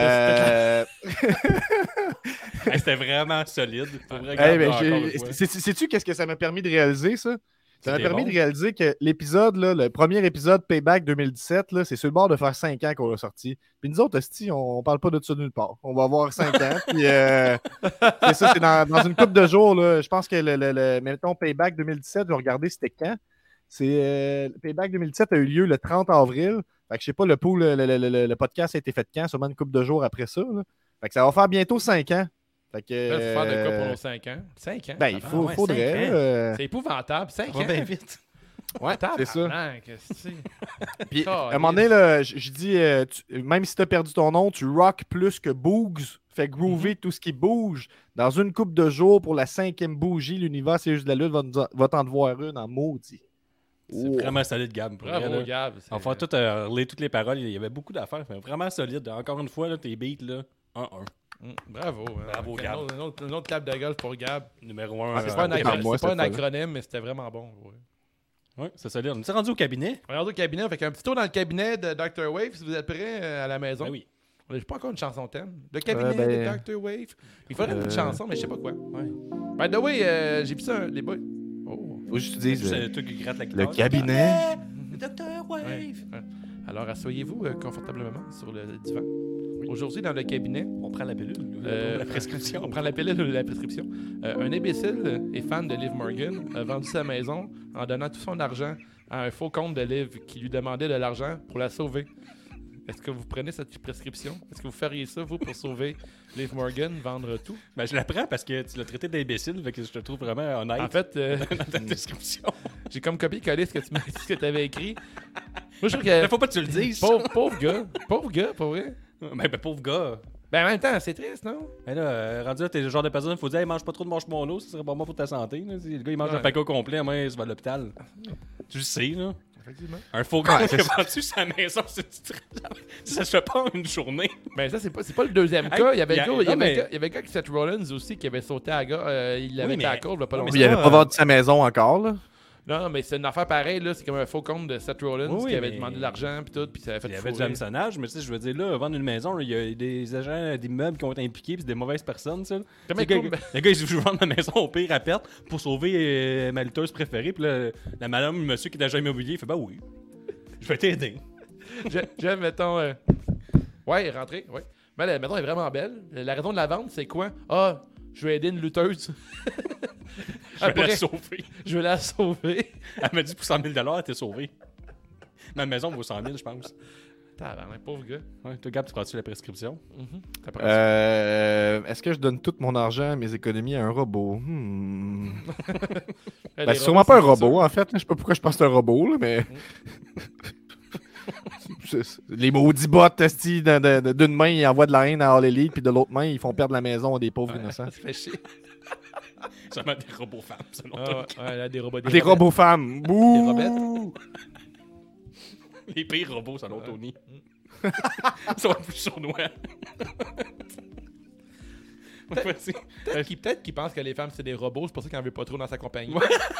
Hey, c'était vraiment solide. Pour vrai, Hey, Gab, ben, encore une fois. sais-tu qu'est-ce que ça m'a permis de réaliser, ça? Ça m'a C'était permis bon. de réaliser que l'épisode, là, le premier épisode Payback 2017, là, c'est sur le bord de faire 5 ans qu'on l'a sorti. Puis nous autres, hostie, on parle pas de ça nulle part. On va avoir 5 ans. Puis c'est ça, c'est dans une couple de jours. Là, je pense que mettons, Payback 2017, je vais regarder c'était quand. Payback 2017 a eu lieu le 30 avril. Fait que je sais pas, le podcast a été fait quand, sûrement une couple de jours après ça. Là. Fait que ça va faire bientôt 5 ans. Fait que, Là, faut faire de quoi pour nos 5 ans? 5 ans? ben, il ouais, faudrait. 5 ans. là. C'est épouvantable. 5 Ça ans. va bien vite. Ouais, c'est ça. Tabarnak, c'est-tu? Puis, Oh, à un moment donné, là, je dis, même si tu as perdu ton nom, tu rock plus que Boogs. Fait groover tout ce qui bouge. Dans une coupe de jours pour la 5e bougie, l'univers, c'est juste de la lutte, va t'en devoir une en maudit. C'est vraiment solide, Gab. Pour Bravo, vrai, là. Gab. On va tout relire toutes les paroles. Il y avait beaucoup d'affaires. Mais vraiment solide. Encore une fois, là, tes beats, là, 1-1. Bravo. Bravo, Fait Gab. Une autre clap de golf pour Gab. Numéro 1. C'est pas un, par moi, c'est pas un cette fois-là. acronyme, mais c'était vraiment bon. Ouais. Ouais, c'est solide. On est rendu au cabinet? On regarde au cabinet. On fait un petit tour dans le cabinet de Dr. Wave, si vous êtes prêts à la maison. Ben oui. On n'a pas encore une chanson thème. Le cabinet ben- de Dr. Wave. Il faudrait une petite chanson, mais je sais pas quoi. Ouais. By the way, j'ai vu ça, les boys. Oh. Faut juste que tu dises C'est toi qui gratte la le guitare. cabinet. Le Dr. Wave. Ouais. Alors, asseyez-vous confortablement sur le divan. Oui. Aujourd'hui, dans le cabinet, On prend la pilule. La prescription. on prend la pilule ou la prescription. Un imbécile et fan de Liv Morgan a vendu sa maison en donnant tout son argent à un faux compte de Liv qui lui demandait de l'argent pour la sauver. Est-ce que vous prenez cette prescription? Est-ce que vous feriez ça, vous, pour sauver Liv Morgan, vendre tout? Ben, je la prends parce que tu l'as traité d'imbécile, fait que je te trouve vraiment honnête En fait, dans ta description. j'ai comme copié-collé ce que tu avais écrit. Moi, je trouve que... Faut pas que tu le dises. Pauvre gars, pour vrai. Ben, pauvre gars. Ben, en même temps, c'est triste, non? Ben là, rendu là, t'es le genre de personne, faut dire, hey, mange pas trop de marshmallows, ça serait pas bon pour ta santé. Là. Si le gars, il mange Ouais. un paquet au complet, moi, il se va à l'hôpital. Tu le sais, là. Effectivement. Un faux gars qui a vendu sa maison, ça se fait pas en une journée. Ben, ça, c'est pas le deuxième Hey, cas. Il y avait y a- le gars, il y non, avait mais- le gars avec Seth Rollins aussi qui avait sauté à la gars. Il l'avait Oui, été à la mais- courbe, là, pas oui, mais longtemps. Il avait ça, pas vendu sa maison encore, là. Non, mais c'est une affaire pareille, là. C'est comme un faux compte de Seth Rollins Oui, qui avait mais- demandé de l'argent, puis tout, puis ça avait fait Il y avait du fourrer. hameçonnage, mais tu sais, je veux dire, là, vendre une maison, il y a des agents d'immeubles qui ont été impliqués, puis c'est des mauvaises personnes, ça. Comment Le gars, cool, ben- le gars, il dit, je veux vendre ma maison au pire à perte pour sauver ma lutteuse préférée, puis là, la madame, le monsieur qui est agent immobilier, il fait, bah oui, je vais t'aider. J'aime, mettons. Ouais, rentrer, ouais. Mais la maison est vraiment belle. La raison de la vente, c'est quoi? Ah, je vais aider une lutteuse. Je vais Après, la sauver. je vais la sauver. Elle m'a dit, pour 100 000 $, t'es sauvé. Ma maison vaut 100 000, je pense. Tabarnak, pauvre gars. Ouais, toi, Gab, tu prends-tu la prescription? T'apprends ça. Est-ce que je donne tout mon argent, mes économies à un robot? Les Ben, c'est sûrement pas un robots, c'est robot, en fait. Je sais pas pourquoi je pense que c'est un robot, là, mais... Les maudits bots, esti, d'une main, ils envoient de la haine à All Elite, puis de l'autre main, ils font perdre la maison à des pauvres innocents. Ça fait chier. Seulement des robots femmes, selon Ah, toi. ouais, là, des robots. Des robots femmes. Bouh! robettes. Les pires robots, selon Tony. Ils sont plus sournois. Vas-y. Peut-être qu'il pense que les femmes, c'est des robots, c'est pour ça qu'il en veut pas trop dans sa compagnie.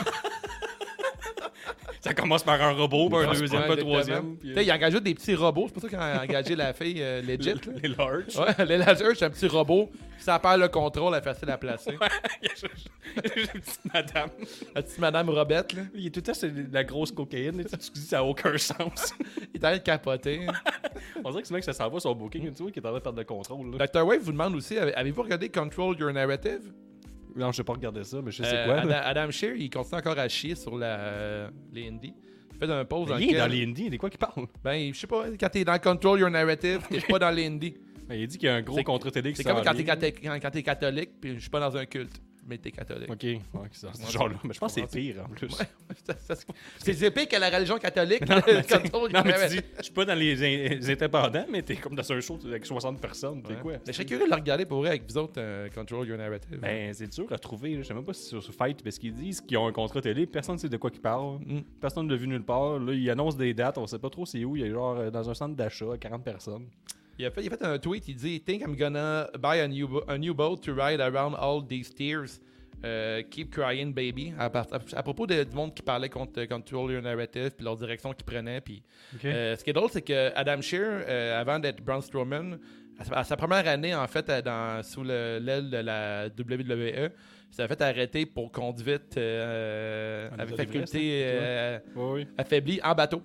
Ça commence par un robot, puis un Ouais, deuxième, ouais, pas un exactement. troisième. Puis, Tu sais, il engage juste des petits robots, c'est pour ça qu'il a engagé la fille legit. là. les large. Ouais, les lasers, c'est un petit robot. Ça perd le contrôle, elle est facile à placer. Il y a juste une petite madame. La petite madame Robette, là, Il est tout le temps sur de la grosse cocaïne. Tu dis, ça n'a aucun sens. il est en train de capoter. On dirait que c'est mec que ça s'en va sur booking. Tu vois qu'il est en train de perdre le contrôle. Là. Dr. Wave vous demande aussi, avez-vous regardé Control Your Narrative? Non, je sais pas regarder ça, mais je sais quoi. Adam Shear, il continue encore à chier sur les indies. Il fait un pause dans Il est dans lequel... les indies, de quoi qu'il parle? Ben, je sais pas, quand t'es dans Control Your Narrative, t'es pas dans les indies. Ben, il dit qu'il y a un gros C'est- contrat télé qui C'est s'en comme quand vient. t'es catholique, puis je suis pas dans un culte, mais t'es catholique. Ok, ouais, c'est ce genre-là. Mais je pense que c'est pire en plus. C'est pire que la religion catholique. Non, mais tu Control Your non, mais tu Narrative. dis, je suis pas dans les indépendants, mais t'es comme dans un show avec 60 personnes. T'es Ouais. quoi? Mais je serais curieux de le regarder pour vrai avec vous autres, Control Your Narrative. Ben, c'est dur à trouver. Là. Je sais même pas si c'est sur Fight, parce qu'ils disent qu'ils ont un contrat télé, personne ne sait de quoi ils parlent. Personne ne l'a vu nulle part. Là, ils annoncent des dates, on sait pas trop c'est où. Il est genre dans un centre d'achat, 40 personnes. Il a fait un tweet, il dit Think I'm gonna buy a new boat to ride around all these tears. Keep crying, baby. À propos du monde qui parlait contre Control Your Narrative, puis leur direction qu'ils prenaient. Puis, ce qui est drôle, c'est que Adam Shear, avant d'être Braun Strowman, à sa première année, en fait, sous l'aile de la WWE, il s'est fait arrêter pour conduite avec état faculté Oui. affaiblie en bateau.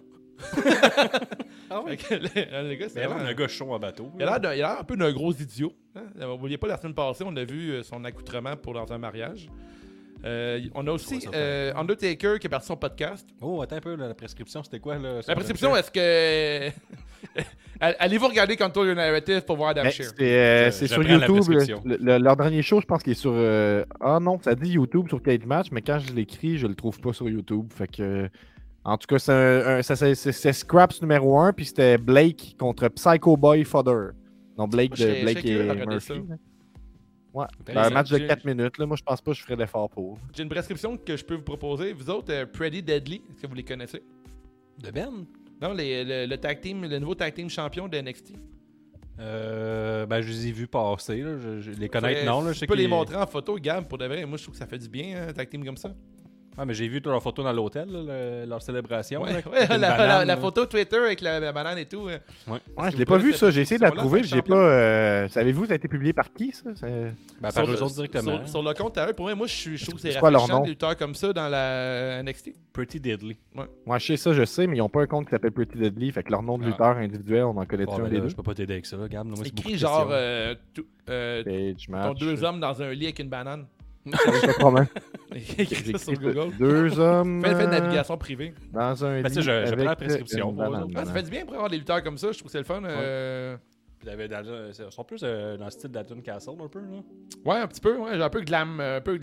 Ah oui? Fait que le gars, c'est C'est vraiment vraiment un gars chaud en bateau. il a l'air un peu d'un gros idiot. Hein? N'oubliez pas, la semaine passée, on a vu son accoutrement pour dans un mariage. On a aussi Undertaker qui est parti son podcast. Oh, attends un peu, là, la prescription, c'était quoi? Là, La prescription, est-ce que... Allez-vous regarder Control Your Narrative pour voir Adam Mais Shear? c'est sur j'apprends la YouTube. prescription. Leur dernier show, je pense qu'il est sur. Ah non, ça dit YouTube sur Cage Match, mais quand je l'écris, je le trouve pas sur YouTube. Fait que. En tout cas, c'est Scraps numéro 1, puis c'était Blake contre Psycho Boy Fodder. Donc Blake, Moi, Blake curieux de et regarder Murphy. ça. là. Ouais. Intéressant. Un match de J'ai- 4 minutes. Là. Moi, je pense pas que je ferais l'effort pour. J'ai une prescription que je peux vous proposer. Vous autres, Pretty Deadly, est-ce que vous les connaissez? De Ben? Non, le tag team, le nouveau tag team champion de NXT. Ben, je les ai vus passer. Là. Je les connais, non. Là. Je sais Tu peux les qu'ils- montrer en photo, Gab, pour de vrai. Moi, je trouve que ça fait du bien, un tag team comme ça. Ah, mais j'ai vu leur photo dans l'hôtel, là, leur célébration. Ouais, là, ouais, avec une la banane, photo Twitter avec la banane et tout. Ouais, Est-ce je que l'ai vous pas vu connaissez ça. J'ai essayé de la cette trouver. émission-là, J'ai pas. Savez-vous, ça a été publié par qui, ça? Ben, par eux autres directement. Sur le compte à eux, pour moi, je trouve que c'est C'est quoi leur rafraîchissant nom? des lutteurs comme ça dans la NXT. Pretty Deadly. Moi, je sais ça, je sais, mais ils n'ont pas un compte qui s'appelle Pretty Deadly. Fait que leur nom de lutteur individuel, on en connaît-tu Bon, un ben des là, deux? je peux pas t'aider avec ça, Gab. Moi, c'est beaucoup Écrit de genre questions. Page ton match. 2 hommes dans un lit avec une banane. Pas de problème. Écrit ça sur Google. 2 hommes Fais une navigation privée. dans un Ben, lit tu sais, je avec prends la prescription une pour eux banane. autres. Ah, ça fait du bien pour avoir des lutteurs comme ça. Je trouve que c'est le fun. Ils sont plus dans le style d'Alton Castle, un peu, là. Ouais, un petit peu. Ouais, j'ai un peu glam.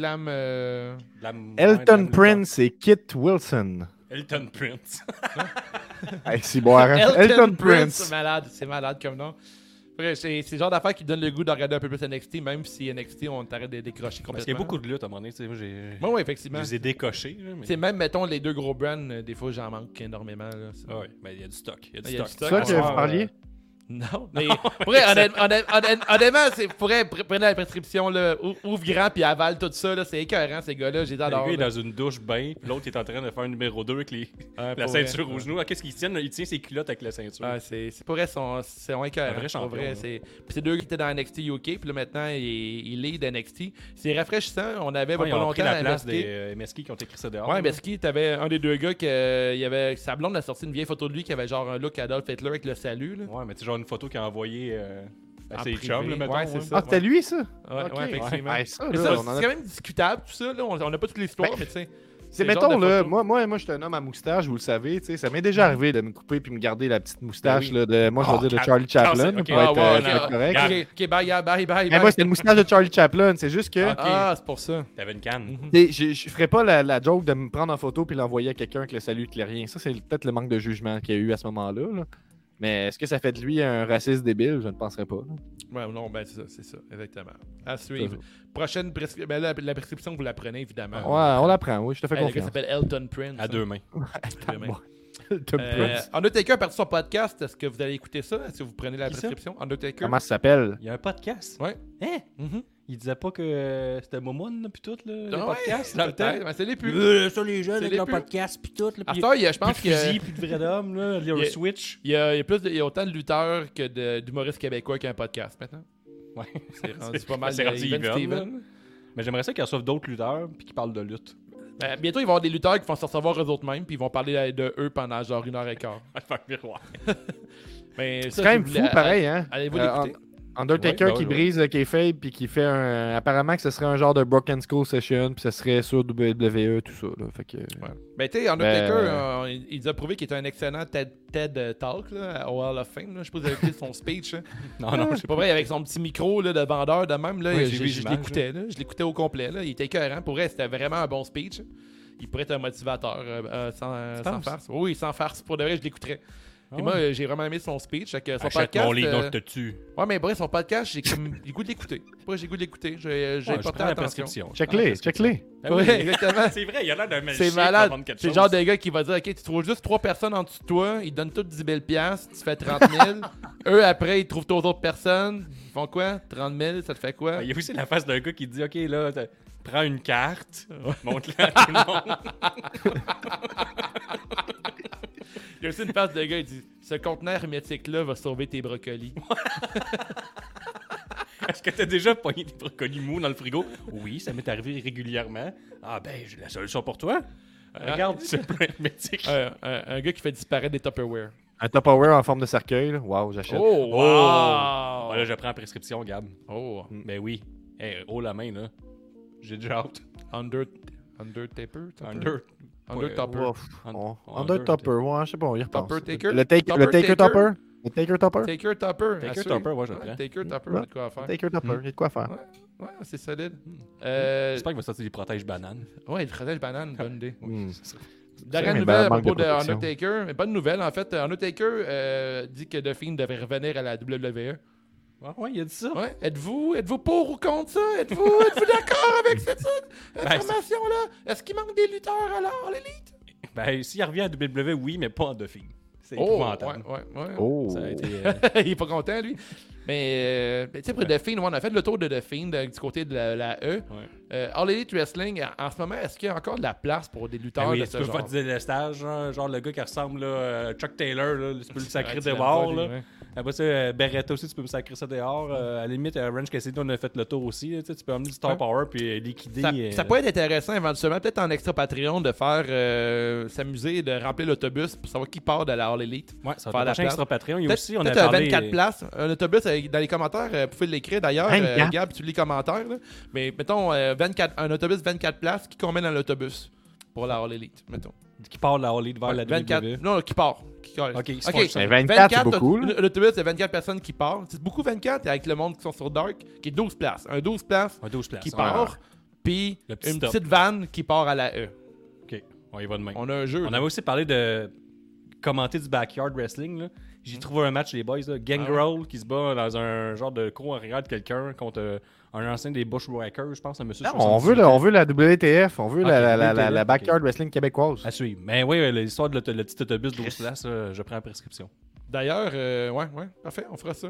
Elton Prince et Kit Wilson. Elton Prince. Hey, si boire. Elton Prince. C'est malade comme nom. Après, c'est le genre d'affaire qui donne le goût de regarder un peu plus NXT, même si NXT, on t'arrête de décrocher complètement. Parce qu'il y a beaucoup de luttes à un moment donné. Tu sais, moi, Ouais, ouais, effectivement. je les ai décochés. Là, mais... C'est même, mettons, les deux gros brands, des fois, j'en manque énormément. Là. Ah ouais, mais il y a du stock. Il y a du Il y a stock. du C'est ça que vous parliez? Non, mais honnêtement, c'est prenez la prescription, là, ouvre grand puis avale tout ça, là, c'est écœurant, ces gars-là, j'ai Le adore. gars est dans une douche bain, puis l'autre est en train de faire un numéro 2 avec la ceinture au genou. Ah, qu'est-ce qu'il tient? Il tient ses culottes avec la ceinture. Ah, c'est pour vrai, c'est écœurant. Un vrai champion, Pour vrai, là. puis c'est deux qui étaient dans NXT UK, puis là maintenant, il lead NXT. C'est rafraîchissant, on avait Ouais, ils pas ont longtemps pris la à place MSK. des MSK qui ont écrit ça dehors. Ouais, là. Mesky, t'avais un des deux gars il y avait sa blonde a sorti une vieille photo de lui qui avait genre un look Adolf Hitler avec le salut, là. Ouais, mais tu sais, genre une photo qu'il a envoyée à En ses privé. chums, là, mettons. Ouais, c'est ça. Ah, c'était lui, ça? Ouais, Ok. ouais, effectivement. Ouais, ça, Mais là, ça, on en a- c'est quand même discutable, tout ça, là. On n'a pas toute l'histoire, Ben, mais tu sais. C'est le genre mettons, de là, photo. moi, je suis un homme à moustache, vous le savez, tu sais, ça m'est déjà arrivé de me couper puis me garder la petite moustache, Ben oui. là, de, moi, je vais Oh, dire de Charlie Chaplin, ok. pour être ouais, pour être correct. Ok, bye. Mais moi, c'était une moustache de Charlie Chaplin, c'est juste que... Ah, c'est pour ça. T'avais une canne. Tu sais, je ferais pas la joke de me prendre en photo puis l'envoyer à quelqu'un avec le salut hitlérien. Ça, c'est peut-être le manque de jugement qu'il y a eu à ce moment-là. Là. Mais est-ce que ça fait de lui un raciste débile? Je ne penserais pas. Là. Ouais, non, ben c'est ça, exactement. À suivre. Prochaine prescription. Ben, la prescription, vous la prenez, évidemment. Ouais, on l'apprend, oui, je te fais Le gars confiance. s'appelle Elton Prince. À 2 mains. Deux mains. Tom Prince. Undertaker a parti son podcast. Est-ce que vous allez écouter ça? Est-ce que vous prenez la Qui ça? prescription? Undertaker? Comment ça s'appelle? Il y a un podcast. Ouais. Hein? Mhm. Il disait pas que c'était Momoun, là, pis tout, là, les Ah ouais, podcasts, dans le temps. peut-être, mais c'est les plus. Ça, les jeunes C'est avec les leur plus. podcast, pis tout, là. À Pis ce temps, je pense plus de fusil, que plus de vrai d'homme, là. Il y Le a- Switch. il y a autant de lutteurs que d'humoristes québécois qui ont un podcast maintenant. Ouais. C'est rendu pas mal. C'est rendu Even even, Steven. Mais j'aimerais ça qu'ils reçoivent d'autres lutteurs, puis qu'ils parlent de lutte. Bientôt, ils vont avoir des lutteurs qui vont se recevoir eux autres mêmes, puis ils vont parler de eux pendant genre 1h15. Faire miroir. Mais C'est ça, quand si même vous fou, voulez, pareil, hein? Allez-vous l'écouter? Undertaker Ouais, qui ouais. brise le kayfabe puis qui fait un... Apparemment que ce serait un genre de Broken Skull Session puis ce serait sur WWE, tout ça. Là. Fait que... Ouais. Ben, tu sais, Undertaker, il nous a prouvé qu'il était un excellent TED Talk là, au Hall of Fame. Là. Je sais pas si vous avez écouté son speech. Hein. Non, C'est pas vrai, avec son petit micro là, de vendeur de même. Là, Ouais, j'ai vu je l'image, l'écoutais. Là. Je l'écoutais au complet. Là. Il était écœurant. Pour vrai, c'était vraiment un bon speech. Il pourrait être un motivateur sans farce. Oui, sans farce. Pour de vrai, je l'écouterais. Et moi, j'ai vraiment aimé son speech. Son Achète podcast, mon livre, donc te tue. Ouais, mais bref, son podcast, j'ai comme le goût de l'écouter. Pourquoi j'ai le goût de l'écouter? J'ai Je porté prends la attention. prescription. Check-les. Ben Oui, oui. exactement. C'est vrai, il a l'air d'un magicien. C'est malade. qui va vendre quelque C'est le chose. genre de gars qui va dire ok, tu trouves juste 3 personnes en dessous de toi, ils te donnent toutes 10 000 $, tu fais 30 000. Eux, après, ils trouvent d'autres autres personnes. Ils font quoi? 30 000, ça te fait quoi? Il y a aussi la face d'un gars qui dit ok, là, prends une carte, montre-la à tout le monde. Il y a aussi une face de gars, il dit ce conteneur hermétique-là va sauver tes brocolis. Est-ce que t'as déjà pogné des brocolis mous dans le frigo? Oui, ça m'est arrivé régulièrement. Ah ben, j'ai la solution pour toi. Regarde ce plein hermétique. Un gars qui fait disparaître des Tupperware. Un Tupperware en forme de cercueil. Là. Wow, j'achète. Oh, wow! Voilà, je prends la prescription, Gab. Oh, Ben oui. Hey, haut la main, là. J'ai déjà hâte. Undertaper? Tupper. Under- Under Tupper, ouais, je sais pas, on y repense. Tupper Taker? Le Taker Tupper Tupper? Taker? Le Taker Tupper? Taker Tupper. Taker assurément. Tupper, ouais, je le prends. Taker Tupper, Ouais. on a de quoi faire. Taker Tupper, il y a de quoi faire. Ouais, c'est solide. J'espère qu'il va sortir des protèges bananes. Ouais, il protège banane, bonne idée. Hmm. Dernière mais nouvelle à manque de propos de protection. Undertaker. Mais bonne nouvelle, en fait. Undertaker dit que The Fiend devrait revenir à la WWE. Ouais, il a dit ça. Ouais. Êtes-vous pour ou contre ça? Êtes-vous d'accord avec cette information-là? Est-ce qu'il manque des lutteurs alors, l'élite? Ben, s'il revient à WWE, oui, mais pas en Duffy. C'est Oh, épouvantable. ouais. Oh. Ça a été... Il est pas content, lui. Mais tu sais, pour The Fiend, on a fait le tour de The Fiend du côté de la E. Ouais. All Elite Wrestling, en ce moment, est-ce qu'il y a encore de la place pour des lutteurs Oui, de tu ce peux genre? pas te dire le stage, genre le gars qui ressemble à Chuck Taylor, là, tu peux le sacrer Ouais, tu dehors. l'aimes pas, Là. lui, ouais. Après ça, Beretta aussi, tu peux me sacrer ça dehors. À la limite, Ranch Cassidy, on a fait le tour aussi. Là, tu peux emmener du Star Ouais. Power puis liquider. Ça peut être intéressant éventuellement, peut-être en extra Patreon, de faire s'amuser, de remplir l'autobus pour savoir qui part de la All Elite. Ouais, ça faire va la être un place. extra Patreon. Il y a Peut-être aussi, on a peut-être parlé... 24 places. Un autobus, dans les commentaires, vous pouvez l'écrire d'ailleurs. 24. Gab, tu lis les commentaires. Là. Mais mettons, un autobus 24 places, qui combien dans l'autobus pour la All Elite, mettons. Qui part de la All Elite vers la 24. WWE. Non, qui part. Ok, Mais 24, c'est beaucoup. Là. L'autobus, c'est 24 personnes qui partent. C'est beaucoup 24 avec le monde qui sont sur Dark, qui est 12 places. Un 12 places Un 12 places. qui ouais. part, puis Le petit une stop. petite vanne qui part à la E. Ok, on y va demain. On a un jeu. On là. avait aussi parlé de commenter du backyard wrestling. Là. J'ai trouvé un match, les boys. Là. Gangrel qui se bat dans un genre de cour arrière de quelqu'un contre un ancien des Bushwhackers, je pense, un monsieur. Non, on veut la WTF, on veut Ok, la WTF, Backyard Wrestling québécoise. À suivre. Mais oui, l'histoire de le petit autobus de 12 places, je prends la prescription. D'ailleurs, ouais, parfait, on fera ça.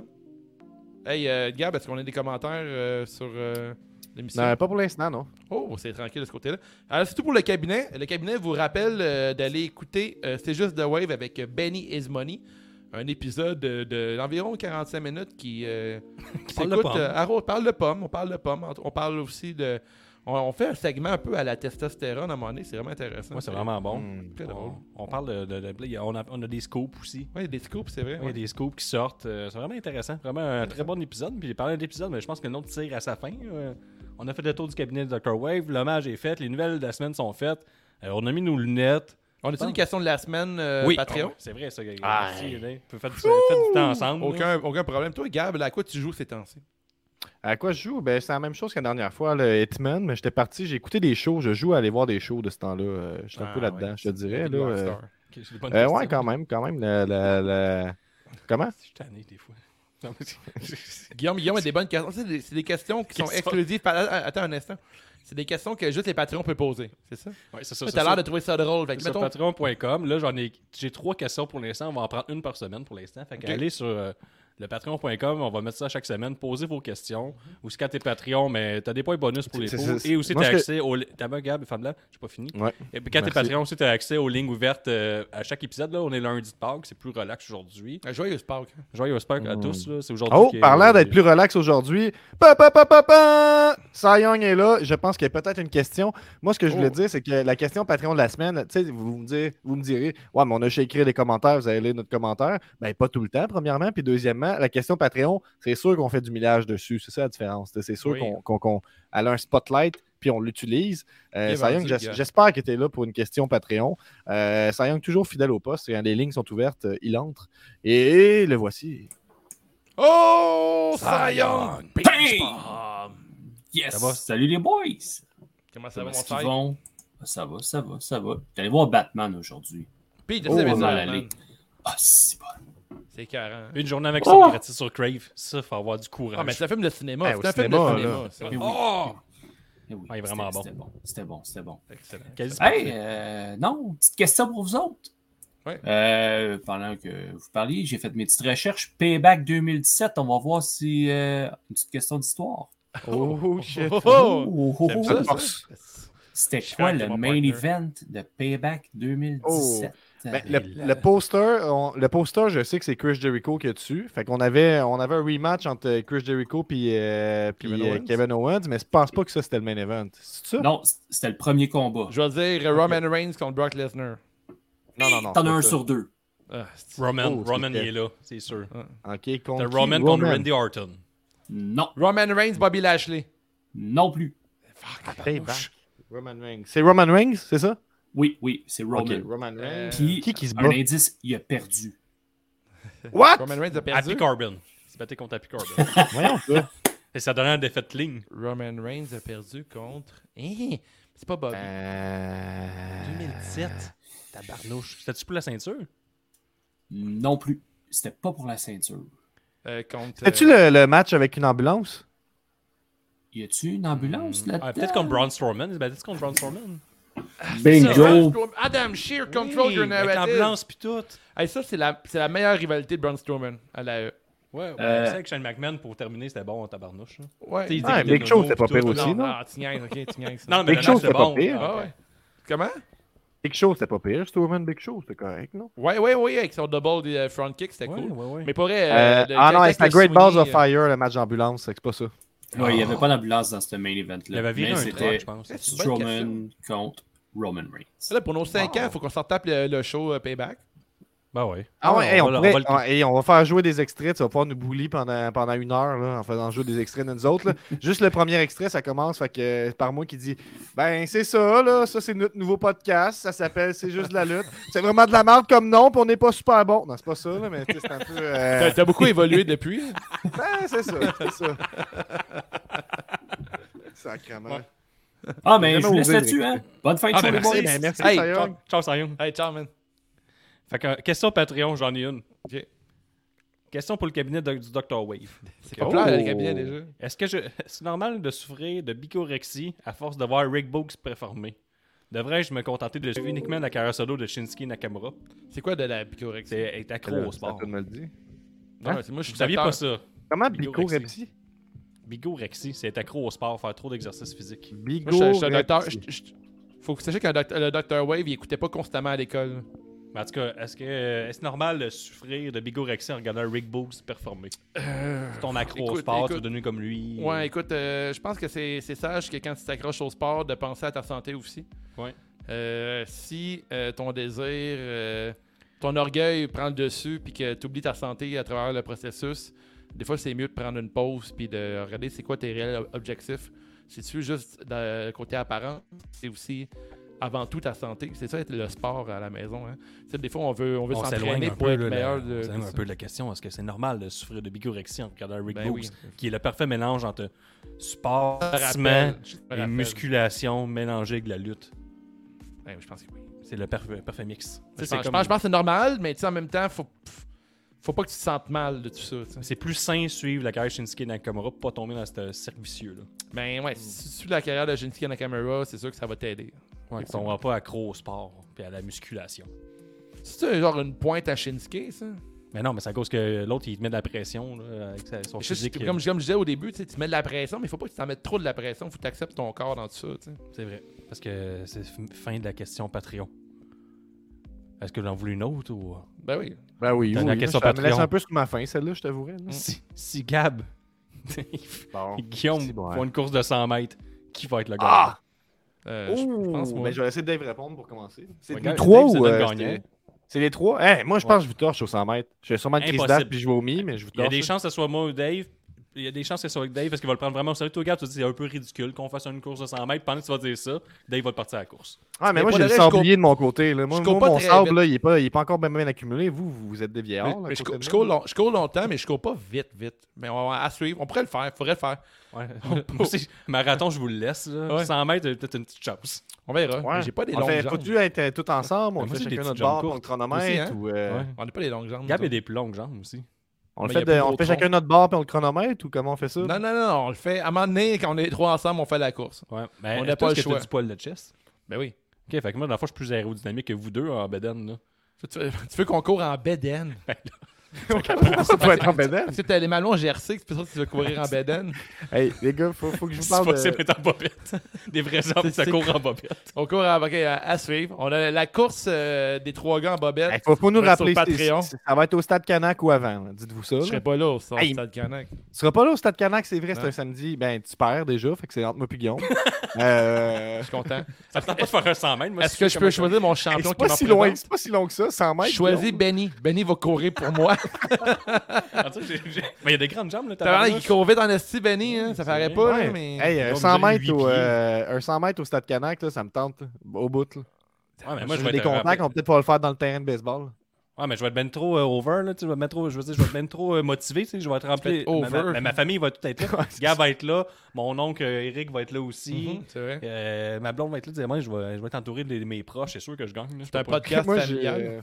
Hey, Gab, est-ce qu'on a des commentaires sur l'émission? Non, pas pour l'instant, non. Oh, c'est tranquille de ce côté-là. Alors, c'est tout pour le cabinet. Le cabinet vous rappelle d'aller écouter C'est juste The Wave avec Benny Is Money. Un épisode d'environ 45 minutes qui Parle de s'écoute. pommes. On parle de pommes. On parle aussi de. On fait un segment un peu à la testostérone à un moment donné. C'est vraiment intéressant. Ouais, c'est vraiment bon. Très drôle. On parle on a des scoops aussi. Oui, des scoops, c'est vrai. Il y a des scoops qui sortent. C'est vraiment intéressant. Vraiment un très bon épisode. Puis j'ai parlé d'épisode, mais je pense que le nom tire à sa fin. On a fait le tour du cabinet de Dr. Wave. L'hommage est fait. Les nouvelles de la semaine sont faites. On a mis nos lunettes. On a-tu une question de la semaine Oui, Patreon? c'est vrai ça. Ah. Merci, Alain. On peut faire du temps ensemble. là. Aucun problème. Toi, Gab, à quoi tu joues ces temps-ci? À quoi je joue? Ben, c'est la même chose que la dernière fois, le Hitman, mais j'étais parti, j'ai écouté des shows, je joue à aller voir des shows de ce temps-là. Je suis un peu là-dedans, je te dirais. Là, Rockstar. Ok, j'ai des bonnes questions. ouais, quand même. Comment? Je suis tanné des fois. Guillaume a des bonnes questions. C'est des questions qui sont Qu'est-ce exclusives. Attends un instant. C'est des questions que juste les Patreons peuvent poser. C'est ça? Ouais, c'est ça. T'as l'air de trouver ça drôle. Fait que, Sur mettons, patreon.com, là j'ai 3 questions pour l'instant, on va en prendre une par semaine pour l'instant. Fait qu'allez sur le patreon.com, on va mettre ça chaque semaine, posez vos questions. Ou si quand t'es Patreon, mais t'as des points bonus pour les C'est- pots. c'est- Et aussi moi, t'as ce que- accès au... T'as un Gab, femme là, j'ai pas fini. Ouais. Et puis quand t'es Merci. Patreon aussi, t'as accès aux lignes ouvertes à chaque épisode. Là, on est lundi de Pâques, c'est plus relax aujourd'hui. joyeux Pâques. Joyeux Pâques à tous, là. C'est aujourd'hui Oh, que- parlant d'être plus relax aujourd'hui, Cy Young est là. Je pense qu'il y a peut-être une question. Moi, ce que je voulais dire, c'est que la question Patreon de la semaine, tu sais, vous me direz, ouais, mais on a chez écrire des commentaires, vous allez lire notre commentaire. Ben, pas tout le temps, premièrement. Puis deuxièmement, la question Patreon, c'est sûr qu'on fait du millage dessus. C'est ça la différence. C'est sûr Oui. elle a un spotlight, puis on l'utilise. Bien Cy vendu, Young, gars. j'espère que tu es là pour une question Patreon. Cy Young, toujours fidèle au poste. Quand les lignes sont ouvertes, il entre. Et le voici. Oh! Cy Young! Bam! Yes! Ça va? Salut les boys! Comment ça va, Comment mon est-ce qu'ils Cy? vont? Ça va. J'allais voir Batman aujourd'hui. Puis, tu Oh, sais, on mais va ça, aller. man. Ah, c'est bon. C'est carré. Une journée avec Oh! ça gratuit sur Crave. Ça, faut avoir du courage. Ah, mais c'est un film de cinéma. Ouais, C'est au un film cinéma, de cinéma. là. ça. Eh oui. Oh! Eh oui, Ah, il est vraiment bon. C'était bon. Excellent. Quasi Hey, non, petite question pour vous autres. Ouais. Pendant que vous parliez, j'ai fait mes petites recherches. Payback 2017, on va voir si... une petite question d'histoire. Oh, shit. J'aime ça, ça. C'était Je quoi fais le avec mon main partner. event de Payback 2017? Ben, le poster, je sais que c'est Chris Jericho qui est dessus. Fait qu'on avait un rematch entre Chris Jericho et Kevin Owens, mais je pense pas que ça c'était le main event. C'est ça? Non, c'était le premier combat. Je vais dire Roman Reigns contre Brock Lesnar. Non. T'en as un c'est sur deux. Ah, c'est- Roman, Oh, Roman c'était- il est là, c'est sûr. ça. Ok, contre T'as qui? Roman contre Randy Orton. Non, Roman Reigns, Bobby Lashley. non plus. Payback. Roman Reigns. C'est Roman Reigns, c'est ça? Oui, c'est Roman. Ok, Roman Reigns. Puis, Qui se bat? un indice, il a perdu. What? Roman Reigns a perdu. Happy Corbin. Il s'est battu contre Happy Corbin. Voyons ça. Et ça donnait un défaite clean. Roman Reigns a perdu contre. Hein? C'est pas Bobby. 2017. Tabarnouche. C'était-tu pour la ceinture? Non plus. C'était pas pour la ceinture. Contre. C'était-tu le match avec une ambulance? Y a-tu une ambulance là-dedans? Ah, peut-être contre Braun Strowman. Il s'est battu contre Braun Strowman. Bingo! Adam Shear control your Avec narrative. l'ambulance pis tout. Hey, ça, c'est la meilleure rivalité de Braun Strowman à la E. Ouais, c'est que Shane McMahon, pour terminer, c'était bon en tabarnouche. Ouais. Il dit Ah, qu'il Big était Show, nouveau, c'est pas puis pire tout. aussi, non? tu niaises, ok, tu niaises. Non, mais Big le Show, match, c'était c'était pas bon. pire. Ah ouais. Comment? Big Show, c'était pas pire. Strowman Big Show, c'était correct, non? Ouais, avec son double des front kick, c'était Ouais, cool. ouais. Mais pour vrai, Non, avec c'était le Great Balls Sweeney, of Fire, le match d'ambulance, c'est pas ça. Ouais, il n'y avait pas d'ambulance dans ce main event-là. Il avait viré Mais un c'était truc, je pense. C'est une bonne Strowman contre Roman Reigns. Là, pour nos 5 ans, il faut qu'on s'en tape le show Payback. Ben ouais. Ah ouais, hey, on le- va faire jouer des extraits. Tu vas pouvoir nous bully pendant 1 heure là, en faisant jouer des extraits de nous autres. Là. Juste le premier extrait, ça commence fait que, par moi qui dit ben c'est ça, là, ça c'est notre nouveau podcast. Ça s'appelle C'est juste de la lutte. C'est vraiment de la merde comme nom, puis on n'est pas super bon. Non, c'est pas ça, là, mais c'est un peu. T'as beaucoup évolué depuis. Ben, c'est ça. Sacrément. Ah, mais je Vraiment vous laisse oser, là-dessus, Rick. hein? Bonne fin de Ah, ben soirée, merci, boys. Ben, merci, Hey, Cy Young. Ciao, Sayong. Hey, ciao, man. Fait que, question Patreon, j'en ai une. Ok. Question pour le cabinet du Dr. Wave. C'est populaire, les cabinets, déjà. Est-ce normal de souffrir de bicorexie à force de voir Rick Boogs performer? Devrais-je me contenter de suivre uniquement la carrière solo de Shinsuke Nakamura? C'est quoi de la bicorexie? C'est être accro au sport. Ça me le dit. Non, c'est moi, je suis Vous saviez docteur. pas ça? Comment Bigorexie. bicorexie? Bigorexie, c'est être accro au sport, faire trop d'exercice physique. Moi, je suis un docteur. Bigorexie. Faut que vous sachiez que le Dr. Wave, il écoutait pas constamment à l'école. Mais en tout cas, est-ce normal de souffrir de bigorexie en regardant Rick Boogs performer? C'est ton accro au écoute, sport, tu écoute. veux devenir comme lui. Ouais, écoute, je pense que c'est sage que quand tu t'accroches au sport, de penser à ta santé aussi. Ouais. Si ton désir, ton orgueil prend le dessus, puis que tu oublies ta santé à travers le processus, des fois, c'est mieux de prendre une pause, puis de regarder c'est quoi tes réels objectifs. Si tu veux juste le côté apparent, c'est aussi avant tout ta santé. C'est ça, être le sport à la maison. Hein. Tu sais, des fois, on veut On s'éloigne s'entraîner un pour peu, être là, meilleur. on s'éloigne un peu de la question. Est-ce que c'est normal de souffrir de bigorexie en regardant Rick Ben Boogs, oui. qui est le parfait mélange entre sport, Je me ciment rappelle, je me et rappelle. musculation mélangée avec de la lutte? Ouais, je pense que oui. C'est le parfait mix. Je C'est pense que c'est normal, mais tu sais, en même temps, faut pas que tu te sentes mal de tout ça. Tu sais. C'est plus sain suivre la carrière de Shinsuke Nakamura pour pas tomber dans ce cercle vicieux-là. Ben ouais, si tu suis la carrière de Shinsuke Nakamura, c'est sûr que ça va t'aider. Ouais, qu'on va pas accro au sport et à la musculation. C'est genre une pointe à Shinsuke, ça? Mais non, mais c'est à cause que l'autre, il te met de la pression là, avec son physique. Comme je disais au début, tu mets de la pression, mais il faut pas que tu t'en mettes trop de la pression. Faut que tu acceptes ton corps dans tout ça. Tu sais. C'est vrai. Parce que c'est fin de la question Patreon. Est-ce que j'en voulais une autre ou... Ben oui, T'as la question ça me laisse Patreon. un peu sur ma faim, celle-là, je t'avouerais. là. Si Gab, Bon. Guillaume C'est bon, font hein. une course de 100 mètres, qui va être le gagnant? Ah! Je pense, moi. Ben, je vais laisser Dave répondre pour commencer. C'est Ouais, les Dave, 3 c'est ou notre gagnant. c'est les 3? Hey, moi, je pense que je vous torche au 100 mètres. J'ai sûrement une crise Impossible. d'asthme puis je vomis, mais je vous Il y a torche. des chances que ce soit moi ou Dave. Il y a des chances que ce soit Dave parce qu'il va le prendre vraiment au sérieux. Toi, Gab, tu te dis c'est un peu ridicule qu'on fasse une course de 100 mètres. Pendant que tu vas dire ça, Dave va te partir à la course. Ah, mais moi, pour j'ai le le reste, je sablier de mon côté. Là. Moi, je cours pas mon très sable, vite. là, il est pas encore bien accumulé. Vous êtes des vieillards. là, Mais à côté de je moi. cours longtemps, mais je cours pas vite. Mais on va à suivre. On pourrait le faire. Faudrait le faire. Ouais. Moi aussi, marathon, je vous le laisse. Là. Ouais. 100 mètres, peut-être une petite chance. On verra. Ouais. Mais j'ai pas des On longues fait, jambes. faut-tu être tout ensemble? On Mais le moi, fait j'ai des chacun petites notre jambes bord pour le courtes. chronomètre? Aussi, hein? Ou, Ouais. On n'a pas des longues jambes. Gab, il y a nous des plus longues jambes aussi. On le Mais fait, y a pas on gros fait tronc. chacun notre bord puis on le chronomètre ou comment on fait ça? autres. Non. On le fait. À un moment donné, quand on est 3 ensemble, on fait la course. Ouais. Mais On on n'a n'a pas pas le choix. du poil de chest. Ben oui. Ok, fait que moi, dans la fois, je suis plus aérodynamique que vous deux en bedaine. Là. Tu veux qu'on court en bedaine? Ça peut être en bédaine. Parce que t'as les malons GRC, c'est pour ça que tu veux courir en bedaine. Hey, les gars, faut que je vous C'est parle possible de... d'être en bobette. Des vrais hommes, ça c'est- court en bobette. On court à suivre. On a la course des 3 gars en bobette. Hey, faut nous Va sur rappeler, Patreon. ça va être au Stade Canac ou avant. là. Dites-vous ça. Je là. serais pas là au Hey. Stade Canac. Tu seras pas là au Stade Canac, c'est vrai, c'est Non. un samedi. Ben, tu perds déjà, fait que c'est entre moi et Guillaume. Je suis content. Ça tente pas de faire un 100 mètres. Moi, Est-ce que je peux choisir mon champion c'est qui pas m'en si loin, présente? c'est pas si long que ça, 100 mètres. Choisis Guillaume. Benny. Benny va courir pour moi. Mais il y a des grandes jambes, là. T'as l'air tabarnouche. qu'il court vite en esti, Benny. Hein? Ça c'est paraît vrai. pas, là, Ouais. mais... Hey, Guillaume, 100 déjà, mètres huit pieds. un 100 mètres au Stade Canac, là, ça me tente au bout. Là. Ouais, mais moi, je J'ai vais des être contacts, on peut peut-être pouvoir le faire dans le terrain de baseball. Ouais, mais je vais être ben trop over, là. Tu sais, je vais être ben trop motivé, tu sais. Je vais être rempli. Tu vas être over. Ma famille va tout être là. Gab va être là. Mon oncle Eric va être là aussi. Mhm, c'est vrai. Ma blonde va être là. Moi, je vais être entouré de mes proches. C'est sûr que je gagne. là. C'est un podcast Moi, familial.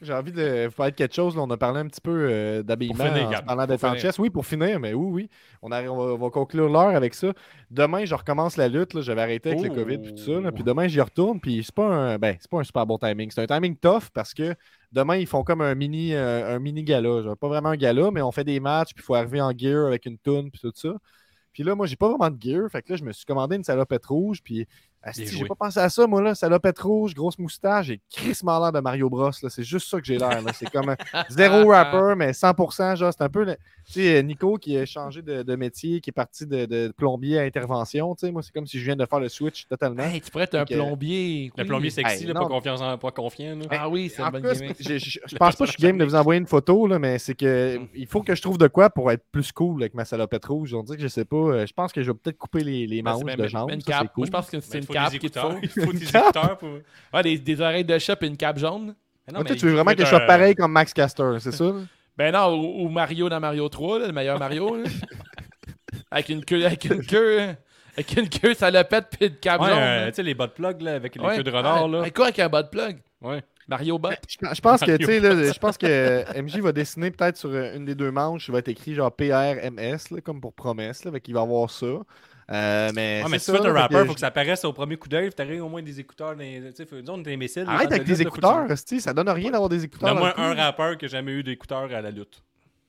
j'ai envie de vous parler de quelque chose. Là, on a parlé un petit peu d'habillement Pour finir, en Gab. parlant d'être Pour en finir. chess. Oui, pour finir, mais oui. On va conclure l'heure avec ça. Demain, je recommence la lutte. Là. J'avais arrêté avec le Oh. COVID et tout ça. Là. Puis demain, j'y retourne. Puis c'est pas un super bon timing. C'est un timing tough parce que demain, ils font comme un mini gala. Genre, pas vraiment un gala, mais on fait des matchs. Puis il faut arriver en gear avec une toune. Puis tout ça. Puis là, moi, j'ai pas vraiment de gear. Fait que là, je me suis commandé une salopette rouge. Puis asti, j'ai joué. pas pensé à ça, moi, là. Salopette rouge, grosse moustache. J'ai crissement l'air de Mario Bros. Là. C'est juste ça que j'ai l'air. Là. C'est comme zéro rapper, mais 100%. Genre, c'est un peu. Tu sais, Nico qui a changé de métier, qui est parti de plombier à intervention. Tu sais, moi, c'est comme si je viens de faire le switch totalement. Hey, tu pourrais être un Fait que- plombier. Le Oui. plombier sexy, Hey, là, non. pas confiant. Là. Ah oui, c'est En une bonne plus, gimmick. je pense pas que je suis game de vous envoyer une photo, là, mais c'est que il faut que je trouve de quoi pour être plus cool avec ma salopette rouge. On dirait que je sais pas. Je pense que je vais peut-être couper les Ben, manches c'est- de mais jambes. une Ça, cape. c'est cool. Moi, je pense que c'est Mais une il faut cape des qu'il te écouteurs. faut. Il faut des cape? écouteurs pour. Ouais, des oreilles de chat et une cape jaune. Mais Toi, tu veux vraiment que je sois pareil comme Max Caster, c'est ça? Là? Ben non, ou Mario dans Mario 3, là, le meilleur Mario. Là. avec une queue, ça le pète puis une cape Ouais, jaune. là. tu sais, les bot plugs là, avec les Ouais. queues de renard. Là. Ouais, quoi avec un bot plug? Ouais. Mario Bot. Je pense que, tu sais, là, je pense que MJ va dessiner peut-être sur une des deux manches, il va être écrit genre PRMS, là, comme pour promesse, là, fait qu'il va avoir ça. Mais Ouais, mais si c'est tu fais ça, un là, rapper, fait faut que que ça apparaisse au premier coup d'œil. T'arrives au moins des écouteurs. Tu sais, disons, on est imbéciles. Arrête avec tes écouteurs, hostie, ça donne rien d'avoir des écouteurs. Donne-moi dans le un cou. rappeur qui a jamais eu d'écouteurs à la lutte.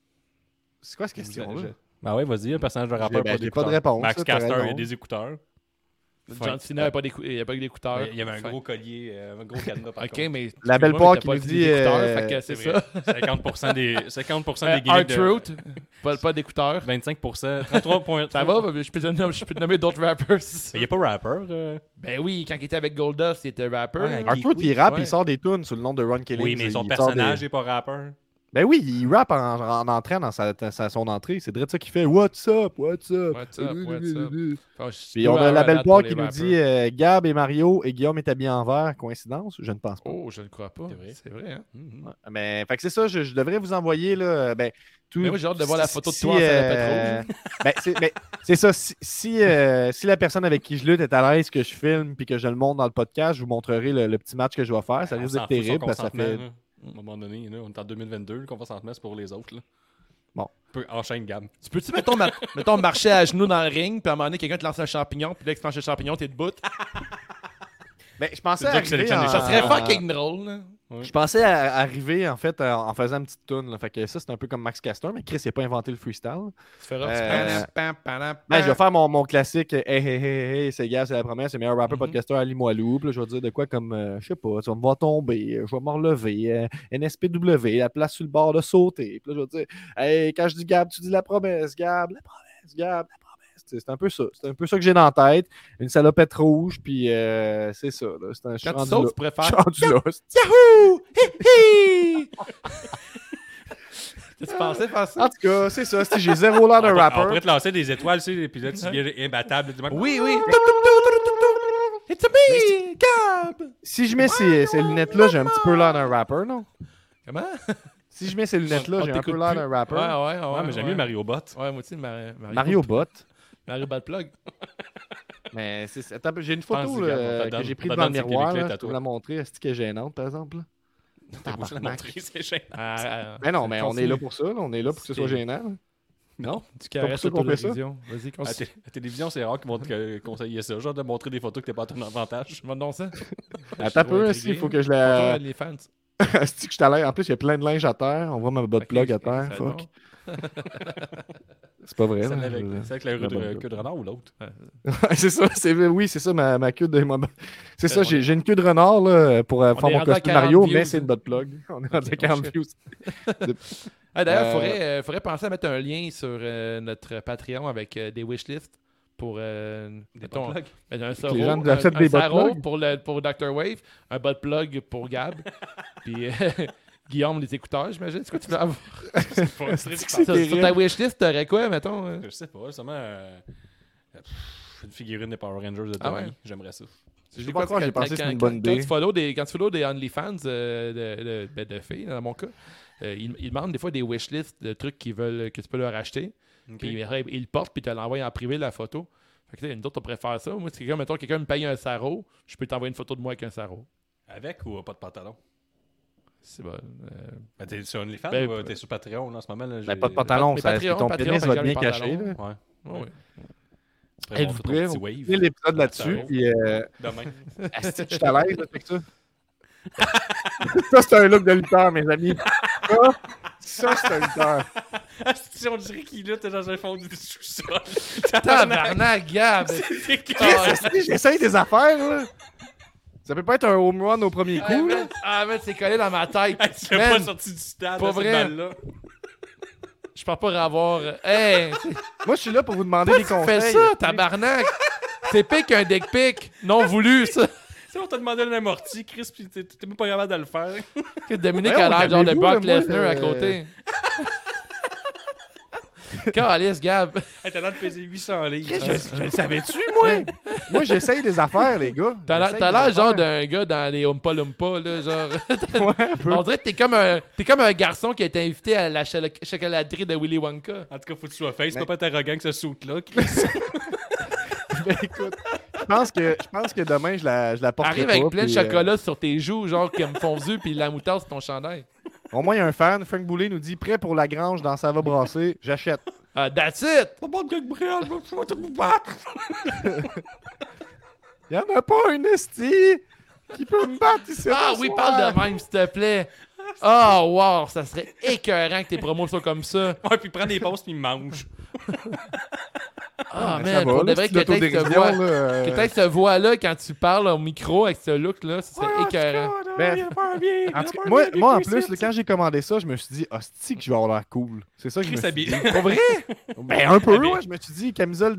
C'est quoi cette question-là? Bah ouais, vas-y, un personnage de rappeur. J'ai pas de réponse. Max ça, t'as Caster, il y a raison. des écouteurs. John Cena il n'y a pas d'écouteurs. Il y avait un gros collier, un gros cadenas. par Ok, contre. mais. La belle excuse-moi, part mais qui t'as nous pas dit, d'écouteurs, euh, fait que c'est vrai. ça. 50% des gimmicks de... R-Truth, pas d'écouteurs. 25%, 33 points. Ça va, je peux te nommer d'autres rappers. Il n'y a pas rapper. Ben oui, quand il était avec Goldust, il était rapper. Ouais, Arthur, il rappe, Ouais. il sort des tunes sous le nom de Ron Kelly. Oui, mais son sort personnage des- n'est pas rapper. Ben oui, il rappe en entrant dans son entrée. C'est direct ça qu'il fait. What's up? What's up? What's up, what's up? Enfin, je suis Puis on peu a la belle malade pour part les qui nous rappers. dit Gab et Mario et Guillaume est habillé en vert. Coïncidence? Je ne pense pas. Oh, je ne crois pas. C'est vrai. C'est vrai, hein? Mhm. Ouais. Mais fait que c'est ça, je devrais vous envoyer là. Ben, tout, Mais moi, j'ai hâte de voir la photo de si, toi en salopette rouge. ben, c'est ça. Si la personne avec qui je lutte est à l'aise que je filme puis que je le montre dans le podcast, je vous montrerai le petit match que je vais faire. Ça On risque s'en d'être fout, son terrible parce que ça consentement, fait. là. À un moment donné, là, on est en 2022, le consentement, c'est pour les autres. Là. Bon. Enchaîne, Gab. Tu peux-tu, mettons, marcher à genoux dans le ring, puis à un moment donné, quelqu'un te lance un champignon, puis dès que tu lances le champignon, t'es debout? Ben, je pensais Tu veux dire que arriver c'est le en- Ça serait Ah. fucking drôle, là. Je pensais arriver en fait en faisant une petite toune. Là. Fait que ça, c'est un peu comme Max Caster, mais Chris, il n'a pas inventé le freestyle. Tu feras Ben, je vais faire mon classique Hey, hey, hey, hey, c'est gars, c'est la première, c'est le meilleur rapper podcaster à Limoilou. Puis là, je vais dire de quoi comme, je sais pas, tu vas me voir tomber, je vais me relever, NSPW, la place sur le bord de sauter. Puis là, je vais dire, hey, quand je dis Gab, tu dis la promesse, Gab, la promesse, Gab, la promesse. C'est un peu ça. C'est un peu ça que j'ai dans la tête. Une salopette rouge, puis c'est ça. Là. Je suis Quand tu rendu sautes, là. tu pourrais Je suis faire rendu là. Yahoo! Hi hi! Tu pensais faire ça? En tout cas, c'est ça. Si j'ai zéro l'air d'un On rapper. pourrait te lancer des étoiles, tu sais, et puis là, tu deviens imbattable. Tu dis, Oui, oui. It's a me, Gab! Si je mets ces lunettes-là, j'ai un petit peu l'air d'un rapper, non? Comment? Si je mets ces lunettes-là, j'ai un peu l'air d'un rapper. Ouais, Ouais, mais j'aime mieux Mario Bot. Ouais, moi aussi, Mario Bot. Mario Bot Plug. Mais attends un peu, j'ai une photo Pense-y, là, Gab, on te que donne- j'ai on prise te devant le donne ces miroir. clés Là, à je peux toi. vous la montrer. Est-ce qu'elle est gênante, par exemple? là? T'as beau la montrer, c'est gênant. Mais non, mais on est là pour ça. Là. On est là pour que ce soit gênant. là. Non? Tu pas caresses pour ça qu'on fait ça? l'autovision. Vas-y, À continue. la télévision, c'est rare qu'ils vont te conseiller ça. Genre de montrer des photos que t'es pas à ton avantage. Je m'en donne ça. Attends un peu, intrigué, il faut que je Photo la. les fans. Est-ce que je t'allais? En plus, il y a plein de linge à terre. On voit ma botte plug à terre. c'est Fuck. bon. C'est pas vrai. Celle là. avec la La bonne queue de renard ou l'autre? c'est ça. Oui, c'est ça, ma queue de. C'est ça, on j'ai une queue de renard là, pour faire est mon rendu à costume 40 Mario, views. mais c'est une botte plug. On est rendu à 40 views. Ah, d'ailleurs, il faudrait penser à mettre un lien sur notre Patreon avec des wishlists pour mettons, plugs. un les sarro, gens nous achètent des butt sarro plugs. pour Dr. Wave, un butt plug pour Gab, puis Guillaume, les écouteurs, j'imagine. C'est quoi tu veux avoir? C'est Sur terrible. ta wishlist, t'aurais quoi, mettons? Je sais pas, sûrement une figurine des Power Rangers de Ah Tommy. ouais? J'aimerais ça. Je sais pas pourquoi j'ai pensé que c'était une bonne Quand idée. tu follow des OnlyFans de filles, dans mon cas, ils demandent des fois des wishlists de trucs qu'ils veulent que tu peux leur acheter. Puis ils le portent, puis tu l'envoient en privé la photo. Fait que, nous autres, on préfère ça. Moi, si quelqu'un me paye un sarrau, je peux t'envoyer une photo de moi avec un sarrau. Avec ou pas de pantalon? C'est bon. Ben, t'es sur OnlyFans Ben, ou t'es sur Patreon là, en ce moment? Là, Ben, pas de pantalon, Mais ça, Patreon, ton Patreon, pénis fait va que être bien les caché. pantalons. Là. Ouais. Ouais. Tu pourrais Hey, vous montrer ton pourrez petit on wave. fait l'épisode là-dessus, Ça puis Demain. asti que je suis à l'aise avec ça. Ça, c'est un look de lutteur, mes amis. Ça c'est un lutteur. Si on dirait qu'il est dans un fond du sous-sol. Tabarnak, Gab! C'est Asti, j'essaye des affaires, là. Ça peut pas être un home run au premier coup, là. Man, c'est collé dans ma tête. Tu fais Man, pas sorti du stade, pas là, cette vrai. balle-là. Je peux pas avoir. Hey! Moi, je suis là pour vous demander des conseils. Fais ça, tabarnak! C'est pire qu'un dick pic. Non voulu, ça. Si on t'a demandé un amorti, Chris, pis t'es même pas capable de le faire. Dominique Ouais, a l'air genre de l'avez-vous, Brock là, moi, Lesnar à côté. Calice, Gab. Hey, t'as l'air de peser 800 livres. Je le savais-tu, moi? Moi, j'essaye des affaires, les gars. T'as l'air genre d'un gars dans les Oompa Loompa, là, genre. Ouais, un peu. On dirait que t'es comme un garçon qui a été invité à la chocolaterie de Willy Wonka. En tout cas, faut que tu sois face. C'est pas être arrogant que ce saute-là, Chris. Ben, écoute, je pense que demain, je la porterai Arrive pas. avec plein de puis, chocolat sur tes joues, genre comme fondu, puis la moutarde sur ton chandail. Au moins, il y a un fan. Frank Boulet nous dit prêt pour la grange dans Ça va brasser. J'achète. That's it! Pas bon de gars Brian, je vais te vous battre. Il y en a pas un esti qui peut me battre ici. Ah ce oui, soir. parle de même, s'il te plaît. Ah, wow, ça serait écœurant que tes promos soient comme ça. Ouais, puis prends des pauses puis il mange. Ah, Ben, ça man, va, pour là, de vrai c'est que peut-être l'autodérision, cette là, peut-être cette voix-là, quand tu parles au micro avec ce look-là, ça serait écœurant. Ben, En tout cas, moi, en plus, là, quand j'ai commandé ça, je me suis dit, hostie, que je vais avoir l'air cool. C'est ça que je me Chris suis habillé. dit. Pour vrai? Ben, un peu, Habillé. ouais. Je me suis dit, camisole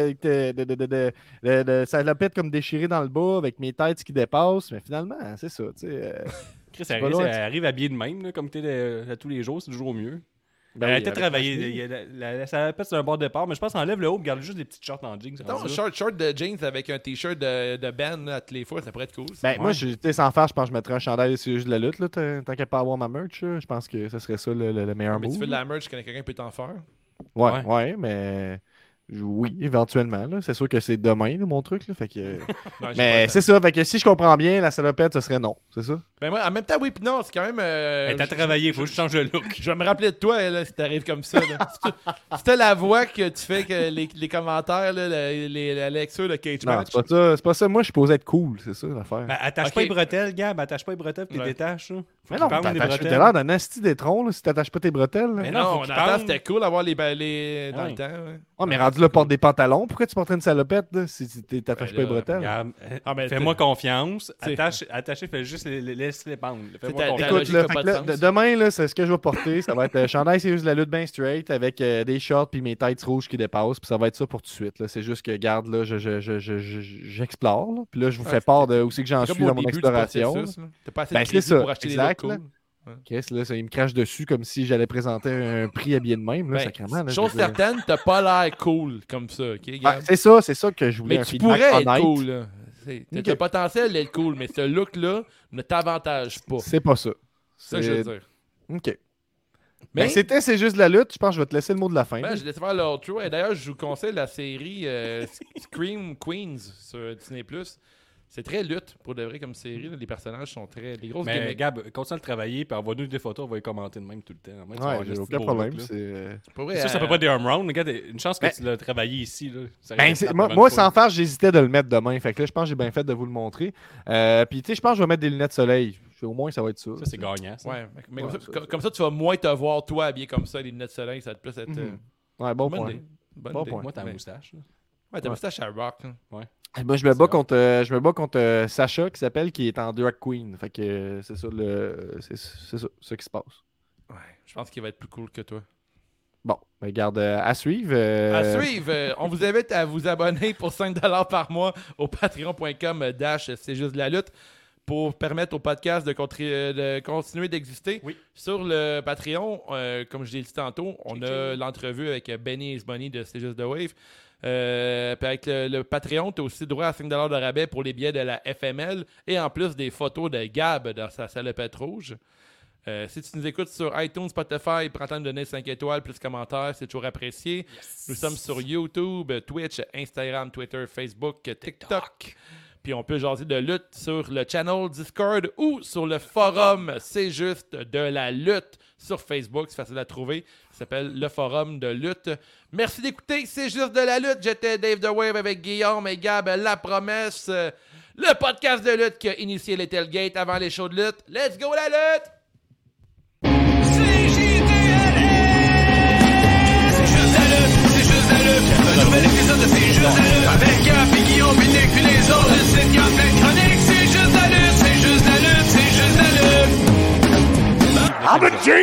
salopette comme déchirée dans le bas, avec mes têtes qui dépassent. Mais finalement, c'est ça, tu sais. Chris, pas loin, elle arrive habillée de même, là, comme t'es à tous les jours, c'est toujours mieux. Ben Elle a oui, peut-être avec travaillé. ma chemise. Ça peut-être un bord de départ, mais je pense qu'on enlève le haut et garde juste des petites shorts en jeans. Non, short de jeans avec un t-shirt de band là, à toutes les fois, ça pourrait être cool. ça. Ben, moi, tu sais, sans faire, je pense que je mettrais un chandail sur juste de la lutte, là, tant qu'à pas avoir ma merch. Là, je pense que ce serait ça le meilleur Mais move. tu fais de la merch, quelqu'un peut t'en faire. Ouais, mais. Oui, éventuellement. Là. C'est sûr que c'est demain, là, mon truc. Là, fait que... Non, j'ai pas mais le temps. c'est ça. Fait que si je comprends bien, la salopette, ce serait non. C'est ça? Ben moi, en même temps, oui, pis non, c'est quand même. T'as travaillé, faut que je change de look. Je vais me rappeler de toi là, si t'arrives comme ça. Là. C'était la voix que tu fais que les commentaires, là, la lecture de Cage Non, Match. c'est pas ça. C'est pas ça. Moi, je suis posé être cool. C'est ça l'affaire. Ben, attache Ok. pas les bretelles, Gab. Attache pas les bretelles puis Ouais. détaches. Là. Faut mais qu'il non, pende des t'as bretelles. l'air d'un asti d'étron là, si t'attaches pas tes bretelles. Là. Mais Non, non, faut on qu'il entend, pende. c'était cool d'avoir les balais dans Ouais. le temps. Ouais. Oh, mais rendu là, porte des pantalons. Pourquoi tu porterais une salopette là, si t'attaches Ben pas les là, bretelles? Gab, Ah, ben, fais-moi confiance. t'sais- Attacher, fais juste laisse-les pendre. Fais-moi ta- confiance. ta Écoute, logique là, a fait pas que de là, sens. demain, là, c'est ce que je vais porter. Ça va être chandail, c'est juste de la lutte bien straight avec des shorts puis mes têtes rouges qui dépassent. Puis ça va être ça pour tout de suite. Là. C'est juste que, garde, là, j'explore. Là. Puis là, je vous Ouais, fais part de où c'est que j'en C'est suis comme dans au mon début du exploration. processus, là. T'as pas assez Ben, de c'est crédit ça, pour acheter exact, des là. looks cool. Qu'est-ce là, ça, il me crache dessus comme si j'allais présenter un prix habillé de même. Là, Ben, sacrément, là, chose je veux dire. certaine, t'as pas l'air cool comme ça, ok, Ah, Gab? c'est ça que je voulais. Mais un tu feedback pourrais être honnête. cool, là. T'as Ok. le potentiel d'être cool, mais ce look-là ne t'avantage pas. C'est pas ça. C'est ça que je veux dire. OK. Mais Ben, c'est juste la lutte. Je pense que je vais te laisser le mot de la fin. ben, là. je laisse faire l'outro. Et d'ailleurs, je vous conseille la série Scream Queens sur Disney+. C'est très lutte, pour de vrai, comme série. Là. Les personnages sont très... Les grosses Mais gimmicks. Gab, continue de travailler, puis envoie-nous des photos, on va les commenter de même tout le temps. Moi, tu vas avoir Ouais, j'ai le aucun beau problème. look, là. C'est Pour vrai, Ça peut pas être des home runs. Regarde, une chance que Ben- tu l'as travaillé ici. Là. Ça Ben, reste c'est- la moi, bonne moi, fois. sans faire, j'hésitais de le mettre demain. Fait que là, je pense que j'ai bien fait de vous le montrer. Puis, tu sais, je pense que je vais mettre des lunettes soleil. Au moins, ça va être ça. Ça, c'est gagnant. Ça. Ouais, mais Ouais, comme ça, tu vas moins te voir, toi, habillé comme ça, les lunettes de soleil, ça va te plus être... Ouais, bon bonne point. idée. Bonne Bon idée. point. Moi, t'as Ouais. la moustache. Là. Ouais, ta moustache à rock. Hein. Moi, je me bats contre Sacha, qui s'appelle, qui est en drag queen. Fait que c'est ça, c'est ça qui se passe. Ouais, je pense qu'il va être plus cool que toi. Bon, ben, garde à suivre. À suivre, on vous invite à vous abonner pour 5$ par mois au patreon.com/ c'est juste de la lutte pour permettre au podcast de continuer d'exister. Oui. Sur le Patreon, comme je l'ai dit tantôt, on a l'entrevue avec Benny Is Bunny de C'est juste de Wave. Puis avec le Patreon, tu as aussi droit à 5$ de rabais pour les billets de la FML et en plus des photos de Gab dans sa salopette rouge. Si tu nous écoutes sur iTunes, Spotify, prends le temps de donner 5 étoiles, plus commentaires, c'est toujours apprécié. Nous sommes sur YouTube, Twitch, Instagram, Twitter, Facebook, TikTok. Puis on peut jaser de lutte sur le channel Discord ou sur le forum C'est juste de la lutte sur Facebook. C'est facile à trouver. Ça s'appelle le forum de lutte. Merci d'écouter C'est juste de la lutte. J'étais Dave The Wave avec Guillaume et Gab La Promesse. Le podcast de lutte qui a initié les tailgates avant les shows de lutte. Let's go la lutte! Un nouvel épisode de C'est juste la lutte avec Gab et Guillaume, Nick puis les autres. Le site qui a plein de chroniques. C'est juste la lutte, c'est juste la lutte, c'est juste la lutte.